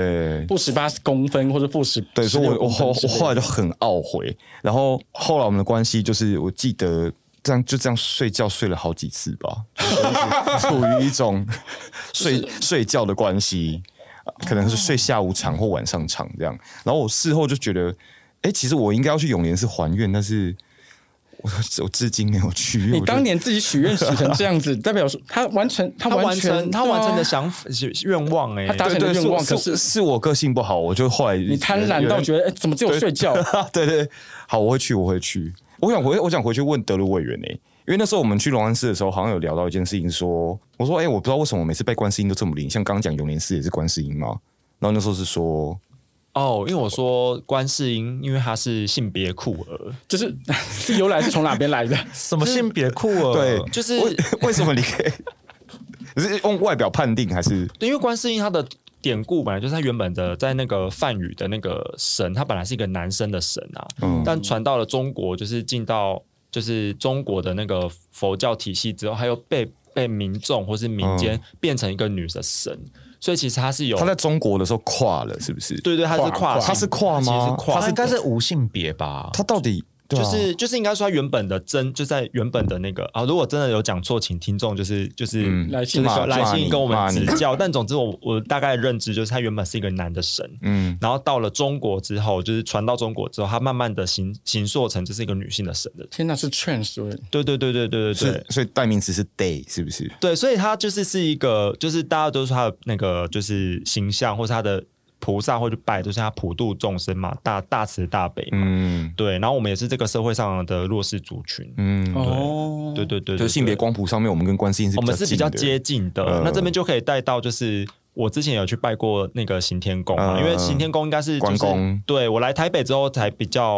-18公分或者-10， 对，所以我后来就很懊悔。然后后来我们的关系就是，我记得这样睡觉睡了好几次吧，处于一种睡觉的关系，可能是睡下午场或晚上场这样。然后我事后就觉得，其实我应该要去永莲寺还愿，但是我至今没有去。 你当年自己许愿许成这样子，代表说他完成的想法愿望他达成的愿望，可是我个性不好，我就后来你贪婪到觉得怎么只有睡觉？ 对，好，我会去。我想回去问德鲁委员因为那时候我们去龙安寺的时候，好像有聊到一件事情，我说我不知道为什么每次拜观世音都这么灵，像刚刚讲永莲寺也是观世音嘛，然后那时候是说。 因为我说观世音，因为他是性别酷儿， 就是由来是从哪边来的？ 什么性别酷儿？ 对， 就是为什么你可以？你是用外表判定还是？ 对，因为观世音他的典故本来就是他原本的在那个梵语的那个神，他本来是一个男生的神啊，但传到了中国，就是进到就是中国的那个佛教体系之后，他又被民众或是民间变成一个女的神。所以其实他是有他在中国的时候跨了，是不是？ 对，他是跨， 他是跨吗？ 他应该是无性别吧？ 他到底就是应该说他原本的就在原本的那个如果真的有讲错，请听众就是来信跟我们指教。但总之我大概认知就是他原本是一个男的神，然后到了中国之后，就是传到中国之后，他慢慢的形塑成就是一个女性的神的。 天哪，是 trans 对， 所以代名词是 they 是不是？ 对，所以他是一个，就是大家都说他的那个就是形象，或是他的菩萨会去拜，都是他普度众生嘛，大慈大悲嘛，对。然后我们也是这个社会上的弱势族群，对， 就性别光谱上面，我们跟观世音我们是比较接近的。那这边就可以带到，就是我之前有去拜过那个行天宫嘛，因为行天宫应该是关公。 对，我来台北之后才比较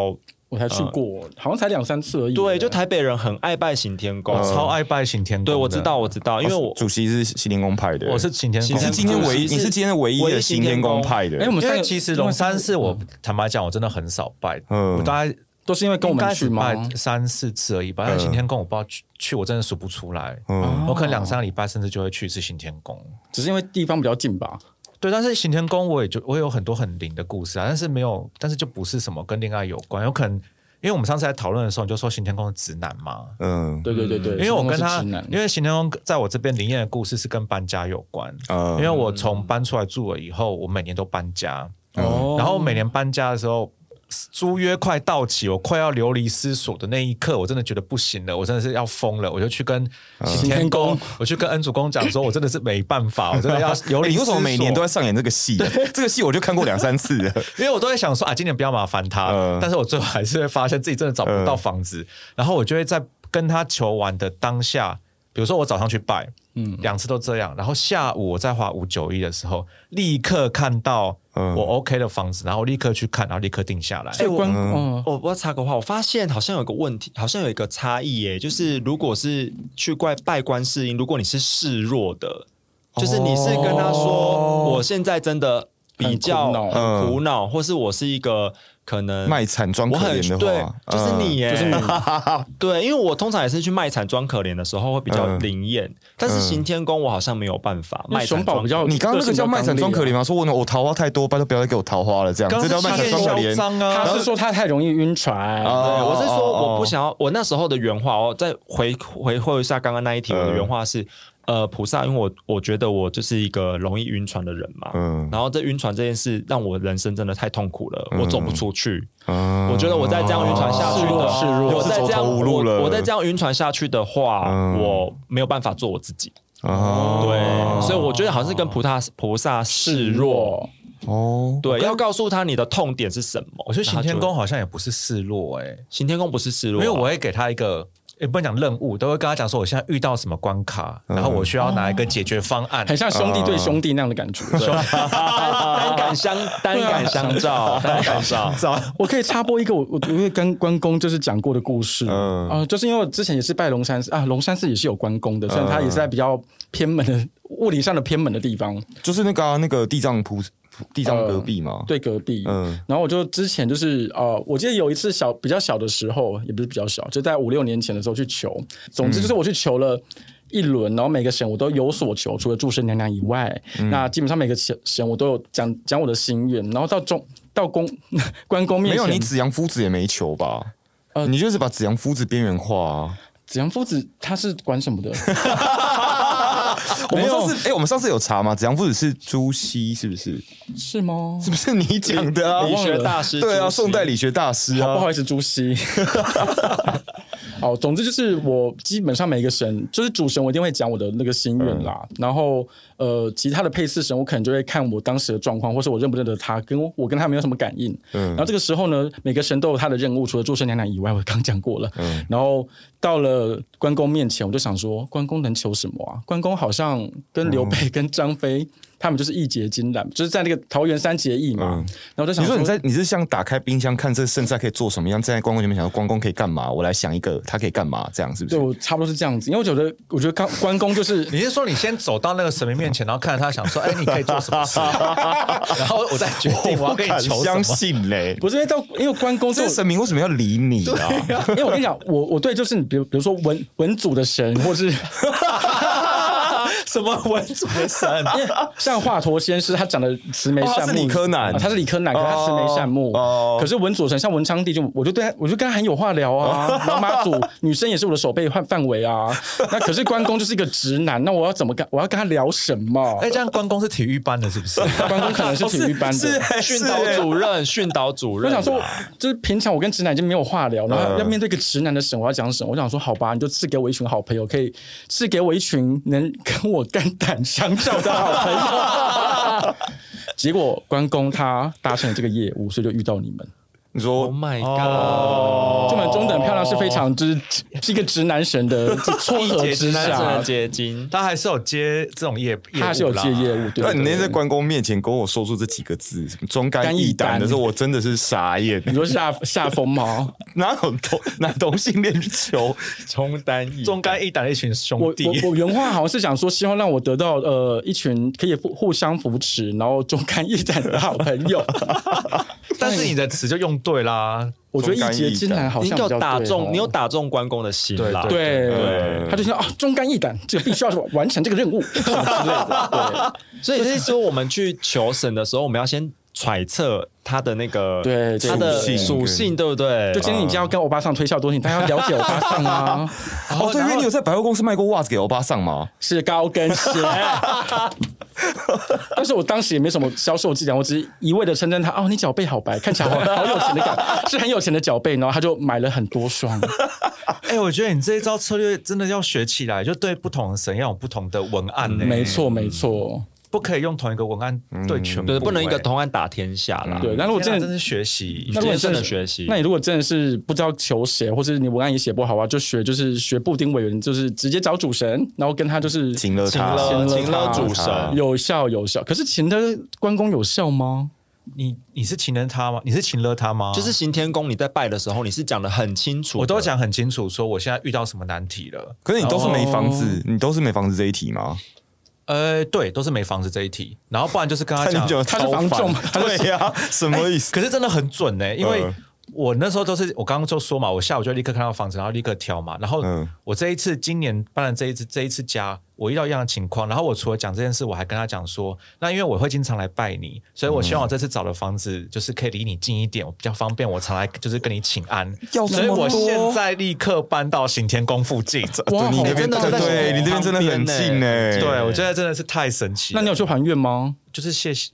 我才去过，好像才2-3次而已。 对，就台北人很爱拜行天宫， 超爱拜行天宫。 对，我知道，因为我主席是行天宫派的， 我是行天宫， 你是今天的唯一的行天宫派的。 我们因为其实龙山寺我坦白讲，我真的很少拜，我大概都是因为跟我们去吗？ 3-4次而已吧。但行天宫我不知道去我真的数不出来，我可能2-3个礼拜甚至就会去一次行天宫， 只是因为地方比较近吧。 对，但是行天宫我有很多很灵的故事啊，但是就不是什么跟恋爱有关，有可能因为我们上次在讨论的时候，你就说行天宫是直男嘛， 对， 因为我跟他，因为行天宫在我这边灵验的故事是跟搬家有关，因为我从搬出来住了以后，我每年都搬家，然后每年搬家的时候。租约快到期，我快要流离失所的那一刻，我真的觉得不行了，我真的是要疯了，我就去跟行天宫，我去跟恩主公讲说，我真的是没办法，我真的要流离失所。 你为什么每年都在上演这个戏？这个戏我就看过2-3次了， 因为我都会想说啊，今年不要麻烦他，但是我最后还是会发现自己真的找不到房子，然后我就会在跟他求完的当下，比如说我早上去拜，2次都这样，然后下午我在滑591的时候，立刻看到我 OK 的房子，然后立刻去看，然后立刻定下来。 我要插个话，我发现好像有个问题，好像有一个差异耶，就是如果是去拜观世音，如果你是示弱的，就是你是跟他说，我现在真的比较很苦恼，或是我是一个。可能卖惨装可怜的话， 对，就是你耶，就是你。对，因为我通常也是去卖惨装可怜的时候会比较灵验，但是行天宫我好像没有办法卖惨装。 你刚刚那个叫卖惨装可怜吗？说我桃花太多，拜托不要再给我桃花了，这样这叫卖惨装可怜。 他是说他太容易晕船。 对，我是说我不想要。我那时候的原话，我再回一下刚刚那一题，我的原话是。菩萨，因为我觉得我就是一个容易晕船的人嘛，然后这晕船这件事让我人生真的太痛苦了，我走不出去。我觉得我再这样晕船下去我再这样晕船下去的话，我没有办法做我自己。对，所以我觉得好像是跟菩萨示弱。对，要告诉他你的痛点是什么。 我觉得行天宫好像也不是示弱， 行天宫不是示弱， 因为我会给他一个。也不能讲任务，都会跟他讲说我现在遇到什么关卡，然后我需要拿一个解决方案， 很像兄弟对兄弟那样的感觉， 单杆相照。 我可以插播一个我因为跟关公就是讲过的故事，就是因为我之前也是拜龙山寺啊，龙山寺也是有关公的，虽然它也是在比较偏门的物理上的偏门的地方， 就是那个地藏隔壁嘛， 对，隔壁。然后我就之前就是我记得有一次比较小的时候，也不是比较小，就在5-6年前的时候去求。总之就是我去求了一轮，然后每个神我都有所求，除了祝生娘娘以外，那基本上每个神我都有讲我的心愿。然后到关公面前， 没有你子阳夫子也没求吧？你就是把子阳夫子边缘化啊。 子阳夫子他是管什么的？ 我们上次有查吗？子阳夫子是朱熹，是不是？ 是吗？ 是不是你讲的啊？ 理学大师， 对啊，宋代理学大师啊。 不好意思，朱熹。好，总之就是我基本上每一个神，就是主神，我一定会讲我的那个心愿啦。然后其他的配祀神，我可能就会看我当时的状况，或是我认不认得他，我跟他没有什么感应。然后这个时候呢，每个神都有他的任务，除了祝生娘娘以外，我刚讲过了。然后到了关公面前，我就想说，关公能求什么啊？关公好像跟刘备、跟张飞。他们就是义结金兰，就是在那个桃园3结义嘛。然后就想说， 你是像打开冰箱看这剩菜可以做什么样，站在关公前面想说关公可以干嘛，我来想一个他可以干嘛，这样是不是？ 对，我差不多是这样子。因为我觉得关公就是， 你是说你先走到那个神明面前，然后看着他想说，你可以做什么事，然后我再决定我要跟你求什么。 相信嘞， 不是因为关公这神明为什么要理你啊？ 因为我跟你讲，我对就是比如说文祖的神，或是。 什么文主的神？ 像华佗仙师，他长得慈眉善目， 他是理科男， 他是理科男，可是他慈眉善目。可是文祖神像文昌帝，我就跟他很有话聊啊。然后妈祖女生也是我的手背范围啊。那可是关公就是一个直男，那我要跟他聊什么？ 这样关公是体育班的，是不是？ 关公可能是体育班的训导主任。 我想说，就是平常我跟直男已经没有话聊，然后要面对一个直男的神，我要讲什么？我想说，好吧，你就赐给我一群好朋友，可以赐给我一群能跟我肝胆相照的好朋友。结果关公他达成了这个业务，所以就遇到你们。 你说 ，Oh my god！ 就我们中等漂亮是非常是一个直男神的撮合之下， 结晶， 他还是有接这种业务， 他还是有接业务。对， 你那天在关公面前跟我说出这几个字，什么忠肝义胆的时候，我真的是傻眼。 你说下风吗？ 哪有同性恋球忠肝义胆的一群兄弟？ 我原话好像是讲说，希望让我得到一群可以互相扶持，然后忠肝义胆的好朋友。 但是你的词就用对啦。 我觉得义结金兰好像比较打中，你有打中关公的心啦。 对，他就说忠肝义胆，这个必须要完成这个任务之类的。对， 所以就是说，我们去求神的时候，我们要先揣测他的那个他的属性，对不对？ 就今天你要跟欧巴桑推销的东西，大家要了解欧巴桑啊。 对，因为你有在百货公司卖过袜子给欧巴桑吗？ 是高跟鞋。但是我当时也没什么销售技巧，我只是一味的称赞他你脚背好白，看起来好有钱的感，是很有钱的脚背，然后他就买了很多双。 我觉得你这一招策略真的要学起来，就对不同的神要有不同的文案呢。 没错没错。 不可以用同一个文案对全部， 对，不能一个同案打天下啦。 对，那如果真的是学习， 那如果真的学习， 那你如果真的是不知道求谁，或者你文案也写不好啊，就是学布丁委员，就是直接找主神，然后跟他就是请了主神， 有效。可是请了关公有效吗？ 你是请了他吗？你是请了他吗？ 就是行天宫，你在拜的时候，你是讲得很清楚， 我都讲很清楚，说我现在遇到什么难题了。 可是你都是没房子，你都是没房子这一题吗？ 对，都是没房子这一题，然后不然就是跟他讲， 他是房仲， 对呀，什么意思？ 可是真的很准呢，因为我那时候都是我刚刚就说嘛，我下午就立刻看到房子，然后立刻挑嘛，然后我今年办了这一次家，我遇到一样的情况，然后我除了讲这件事，我还跟他讲说，那因为我会经常来拜你，所以我希望我这次找的房子就是可以离你近一点，我比较方便，我常来就是跟你请安，所以我现在立刻搬到行天宫附近。 哇， 你那边对你这边真的很近呢。 对，我觉得真的是太神奇了。 那你有去还愿吗？ 就是谢谢，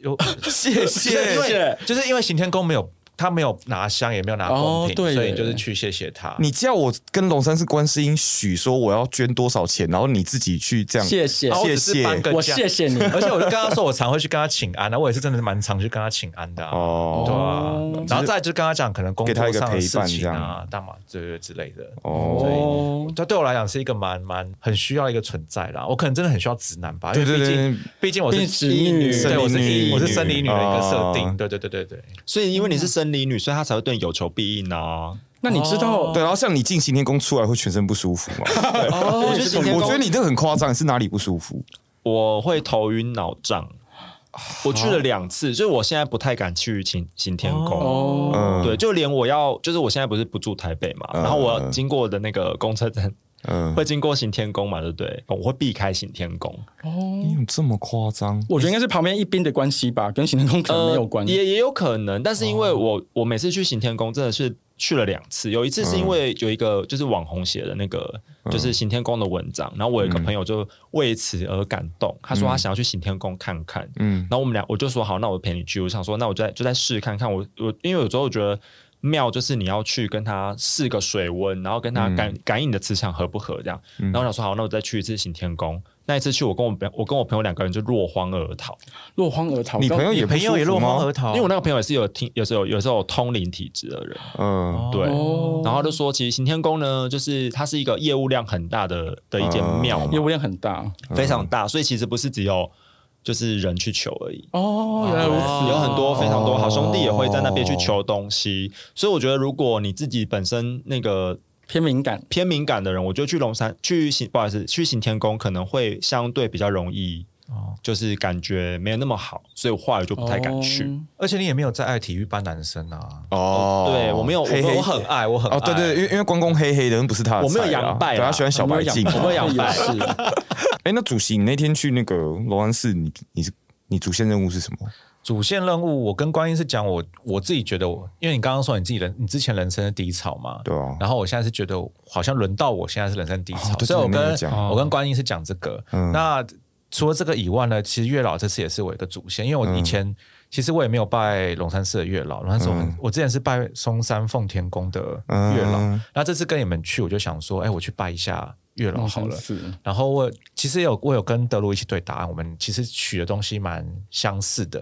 就是因为行天宫没有。他没有拿香，也没有拿贡品，所以就是去谢谢他。 你叫我跟龙山寺观世音许说我要捐多少钱，然后你自己去这样谢谢， 我谢谢你。 而且我就跟他说，我常会去跟他请安的，我也是真的蛮常去跟他请安的。对啊，然后再就跟他讲可能工作上的事情啊，干嘛之类的。所以他对我来讲是一个蛮很需要一个存在啦。我可能真的很需要直男吧，因为毕竟我是直女， 对，我是生理女的一个设定。对。 所以因为你是生理女，所以他才会对你有求必应啊。 那你知道对，然后像你进行天宫出来会全身不舒服吗？我觉得你这个很夸张，是哪里不舒服？ 我会头晕脑胀。我去了2次，所以我现在不太敢去行天宫。对，就连就是我现在不是不住台北嘛，然后我经过的那个公车站。会经过行天宫嘛，对不对？我会避开行天宫。 你有这么夸张？ 我觉得应该是旁边一边的关系吧，跟行天宫可能没有关系。 也有可能，但是因为我每次去行天宫真的是去了2次，有一次是因为有一个就是网红写的那个就是行天宫的文章，然后我有一个朋友就为此而感动，他说他想要去行天宫看看，然后我就说好，那我陪你去。我想说，那我就再试看看。我因为有时候我觉得。庙就是你要去跟他试个水温，然后跟他感应你的磁场合不合这样。然后我想说好，那我再去一次行天宫。那一次去，我跟我朋友2个人就落荒而逃。 落荒而逃， 你朋友也落荒而逃， 因为我那个朋友也是有时候有通灵体质的人。对。然后就说，其实行天宫呢，就是它是一个业务量很大的一间庙嘛， 业务量很大， 非常大，所以其实不是只有。就是人去求而已原来如此， 有很多非常多好兄弟也会在那边去求东西，所以我觉得如果你自己本身那个偏敏感的人，我觉得去行天宫可能会相对比较容易。就是感觉没有那么好，所以我后来就不太敢去。 而且你也没有在爱体育班男生啊。 对，我没有， 我很爱。 对，因为关公黑黑的，不是他的菜。 我没有洋拜， 他喜欢小白净。 我没有洋拜。 那主席，你那天去那个龙安寺，你主线任务是什么？ 主线任务，我跟观音是讲我自己觉得因为你刚刚说你之前人生的低潮嘛， 对啊。 然后我现在是觉得好像轮到我现在是人生低潮，所以我跟观音是讲这个。那除了这个以外呢，其实月老这次也是我一个主线，因为我以前其实我也没有拜龙山寺的月老，龙山寺我之前是拜松山奉天宫的月老，那这次跟你们去，我就想说，我去拜一下月老好了。然后其实我有跟德鲁一起对答案，我们其实取的东西蛮相似的。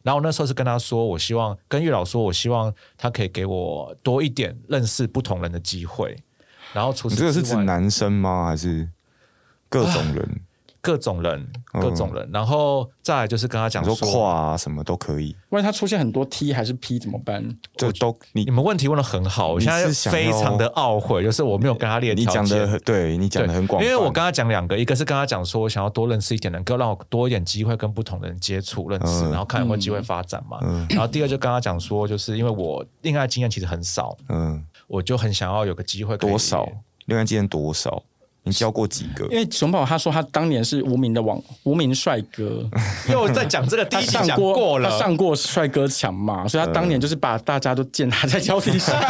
然后我那时候是跟他说，我希望跟月老说，我希望他可以给我多一点认识不同人的机会。然后除此之外， 你这个是指男生吗？还是各种人？ 各种人，各种人，然后再来就是跟他讲说跨啊什么都可以。 万一他出现很多 T 还是 P 怎么办？ 就都你们问题问得很好，我现在非常的懊悔，就是我没有跟他列条件。 你讲的很广泛， 因为我跟他讲2个，一个是跟他讲说我想要多认识一点人，让我多一点机会跟不同的人接触认识，然后看有没有机会发展嘛。然后第二就跟他讲说，就是因为我恋爱经验其实很少，我就很想要有个机会。 多少恋爱经验多少？你交过几个？ 因为熊宝他说他当年是无名帅哥， 又在讲这个第一集讲过了， 他上过帅哥墙嘛，所以他当年就是把大家都践踏在脚底下。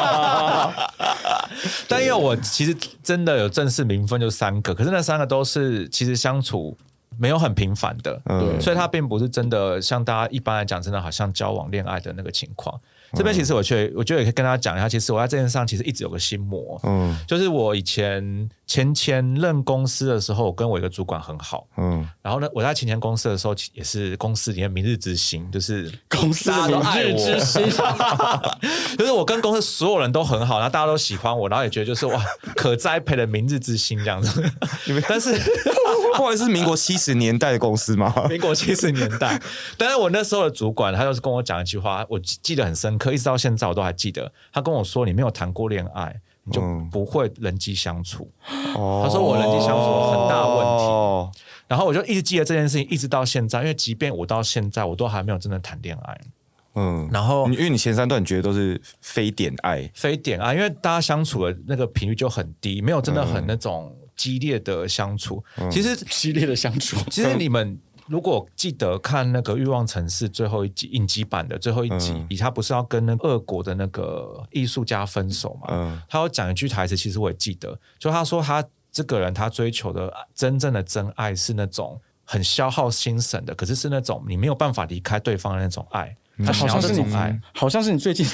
但因为我其实真的有正式名分就3个，可是那3个都是其实相处没有很频繁的，所以他并不是真的像大家一般来讲真的好像交往恋爱的那个情况。这边其实我觉得也可以跟大家讲一下，其实我在这件事上其实一直有个心魔，就是我以前前任公司的时候，我跟我一个主管很好，然后呢，我在前公司的时候也是公司里面明日之星，就是公司的明日之星， 就是我跟公司所有人都很好，然后大家都喜欢我，然后也觉得就是哇，可栽培的明日之星这样子。但是不好意思，是民国70年代的公司吗？ 民国70年代，但是我那时候的主管他就是跟我讲一句话，我记得很深刻，一直到现在我都还记得。他跟我说：“你没有谈过恋爱，你就不会人际相处。他说：“我人际相处有很大的问题。然后我就一直记得这件事情，一直到现在，因为即便我到现在，我都还没有真的谈恋爱。然后因为你前3段你觉得都是非点爱， 因为大家相处的那个频率就很低，没有真的很那种激烈的相处。其实激烈的相处， 其实你们。如果记得看那个《欲望城市》最后一集影集版的最后一集，他不是要跟那个俄国的那个艺术家分手嘛？他有讲一句台词，其实我也记得，就他说他这个人他追求的真正的真爱是那种很消耗心神的，可是是那种你没有办法离开对方的那种爱。他想要这种爱， 好像是你最近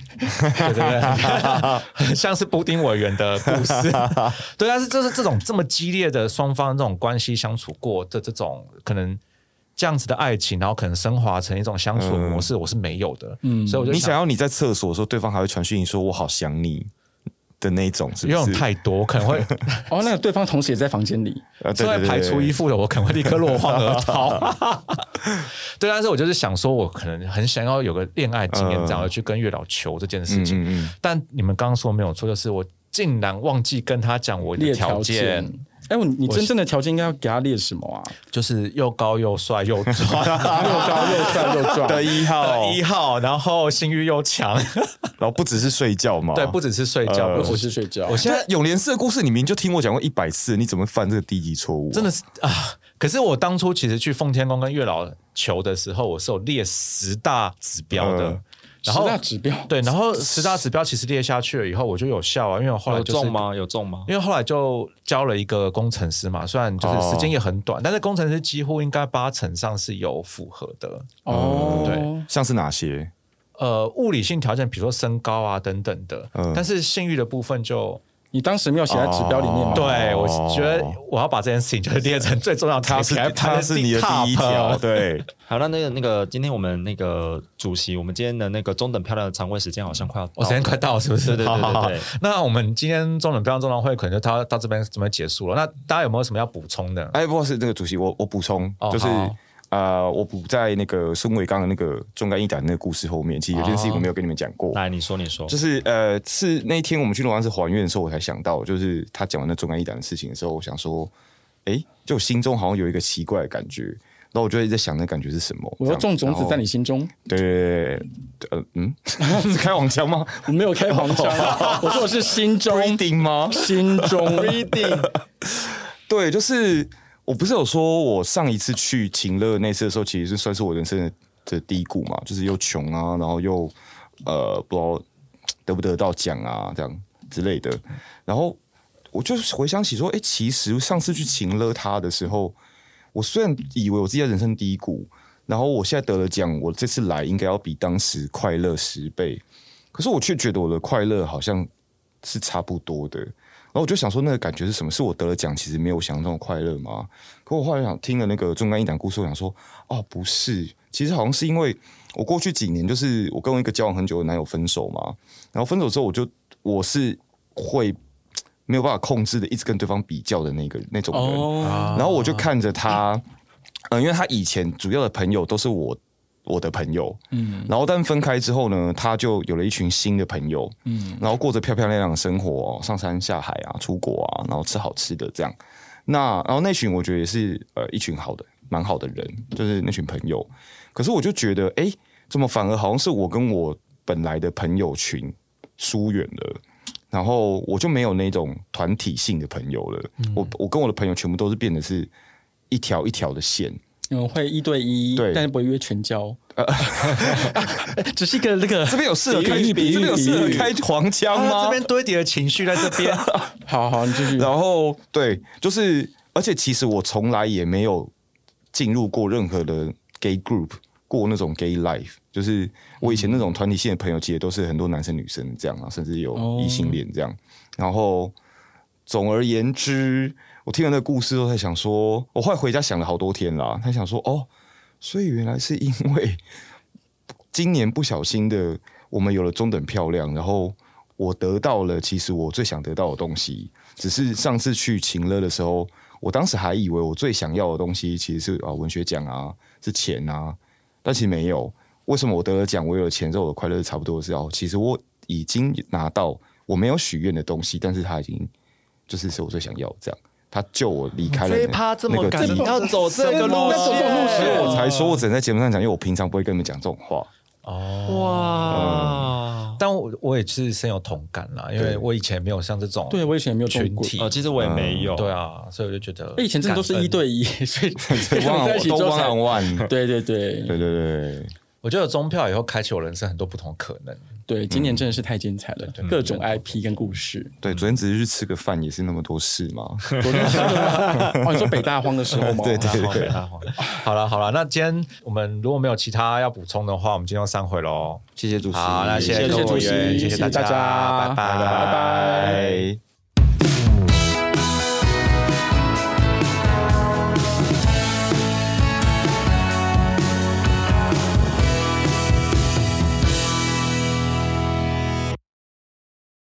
对，很像是布丁委员的故事。对，但是就是这种这么激烈的双方这种关系相处过的这种可能这样子的爱情，然后可能升华成一种相处的模式，我是没有的。所以我就你想要你在厕所的时候，对方还会传讯你说我好想你的那种，是不是？ 有点太多，可能会那个对方同时也在房间里， 正在排除衣服的，我可能会立刻落荒而逃。对，但是我就是想说，我可能很想要有个恋爱经验，这样去跟月老求这件事情。但你们刚刚说没有错，就是我竟然忘记跟他讲我的条件。 你真正的条件应该要给他列什么啊？ 就是又高又帅又壮， 又高又帅又壮的1号， 然后性欲又强， 然后不只是睡觉嘛？ 对，不只是睡觉， 不只是睡觉。 我现在永联寺的故事，你明明就听我讲过100次，你怎么犯这个低级错误？ 真的是啊！可是我当初其实去奉天宫跟月老求的时候，我是有列10大指标的。然后 10大指标对，然后10大指标其实列下去了以后，我就有效啊，因为我后来就是有中吗？ 因为后来就教了一个工程师嘛，虽然就是时间也很短，但是工程师几乎应该80%上是有符合的。对， 像是哪些？ 物理性条件，比如说身高啊等等的，但是性欲的部分就。 你当时没有写在指标里面吗？ 对，我觉得我要把这件事情就是列成最重要的 KPI， 它是你的第一条。对， 好，那个今天我们那个主席，我们今天的那个中等漂亮的常会时间好像快要到， 时间快到是不是？ 对。 那我们今天中等漂亮中堂会可能就到这边准备结束了。那大家有没有什么要补充的？ 不好意思，这个主席我补充，就是我补在那个孙伟刚的那个忠肝义胆那个故事后面，其实有件事情我没有跟你们讲过。 来，你说， 就是是那一天我们去龙安寺还愿的时候，我才想到，就是他讲完那忠肝义胆的事情的时候，我想说，就心中好像有一个奇怪的感觉，然后我就一直在想那感觉是什么。 我要种种子在你心中。 对，是开黄腔吗？ 我没有开黄腔，我说的是心中 reading 吗？ 心中 reading。对，就是。我不是有说，我上一次去情乐那次的时候，其实是算是我人生的低谷嘛，就是又穷啊，然后又不知道得不得到奖啊，这样之类的。然后我就回想起说，其实上次去情乐他的时候，我虽然以为我自己在人生低谷，然后我现在得了奖，我这次来应该要比当时快乐10倍，可是我却觉得我的快乐好像是差不多的。然后我就想说，那个感觉是什么？是我得了奖，其实没有想象中的快乐吗？可我后来想听了那个忠肝义胆故事，我想说，不是， 其实好像是因为我过去几年就是我跟我一个交往很久的男友分手嘛，然后分手之后我是会没有办法控制的一直跟对方比较的那种人，然后我就看着他，因为他以前主要的朋友都是我的朋友，然后但分开之后呢，他就有了一群新的朋友，然后过着漂漂亮亮的生活，上山下海啊，出国啊，然后吃好吃的这样。然后那群我觉得也是一群蛮好的人，就是那群朋友。可是我就觉得，怎么反而好像是我跟我本来的朋友群疏远了，然后我就没有那种团体性的朋友了。我跟我的朋友全部都是变得是一条一条的线。 会1对1， 对， 但是不会约全交。只是一个那个这边有适合开黄腔吗？ 这边堆叠的情绪在这边。 好，你继续。 然后对，就是而且其实我从来也没有进入过任何的 gay group， 过那种 gay life。就是我以前那种团体性的朋友，其实都是很多男生女生这样啊，甚至有异性恋这样。然后总而言之，我听了那个故事都在想说，我后来回家想了好多天啦，他想说所以原来是因为今年不小心的，我们有了中等漂亮，然后我得到了其实我最想得到的东西，只是上次去情乐的时候，我当时还以为我最想要的东西其实是文学奖啊，是钱啊，但其实没有。为什么我得了奖，我有了钱之后，我的快乐差不多是其实我已经拿到我没有许愿的东西，但是他已经就是我最想要的这样。他救我离开了这么赶，你要走这个路线， 所以我才说我只能在节目上讲，因为我平常不会跟你们讲这种话。 哇！但我也是深有同感啦，因为我以前没有像这种， 对我以前也没有群体， 其实我也没有， 对啊，所以我就觉得， 以前真的都是1对1，所以都 one on one， 对。 我觉得有中票以后开启我人生很多不同的可能。 对，今年真的是太精彩了，各种 IP 跟故事。 对，昨天只是去吃个饭，也是那么多事吗？ 昨天你说北大荒的时候吗？ 对， 北大荒。好了，那今天我们如果没有其他要补充的话，我们今天就散会喽。 谢谢主席， 好，那谢谢主席， 谢谢大家，拜拜。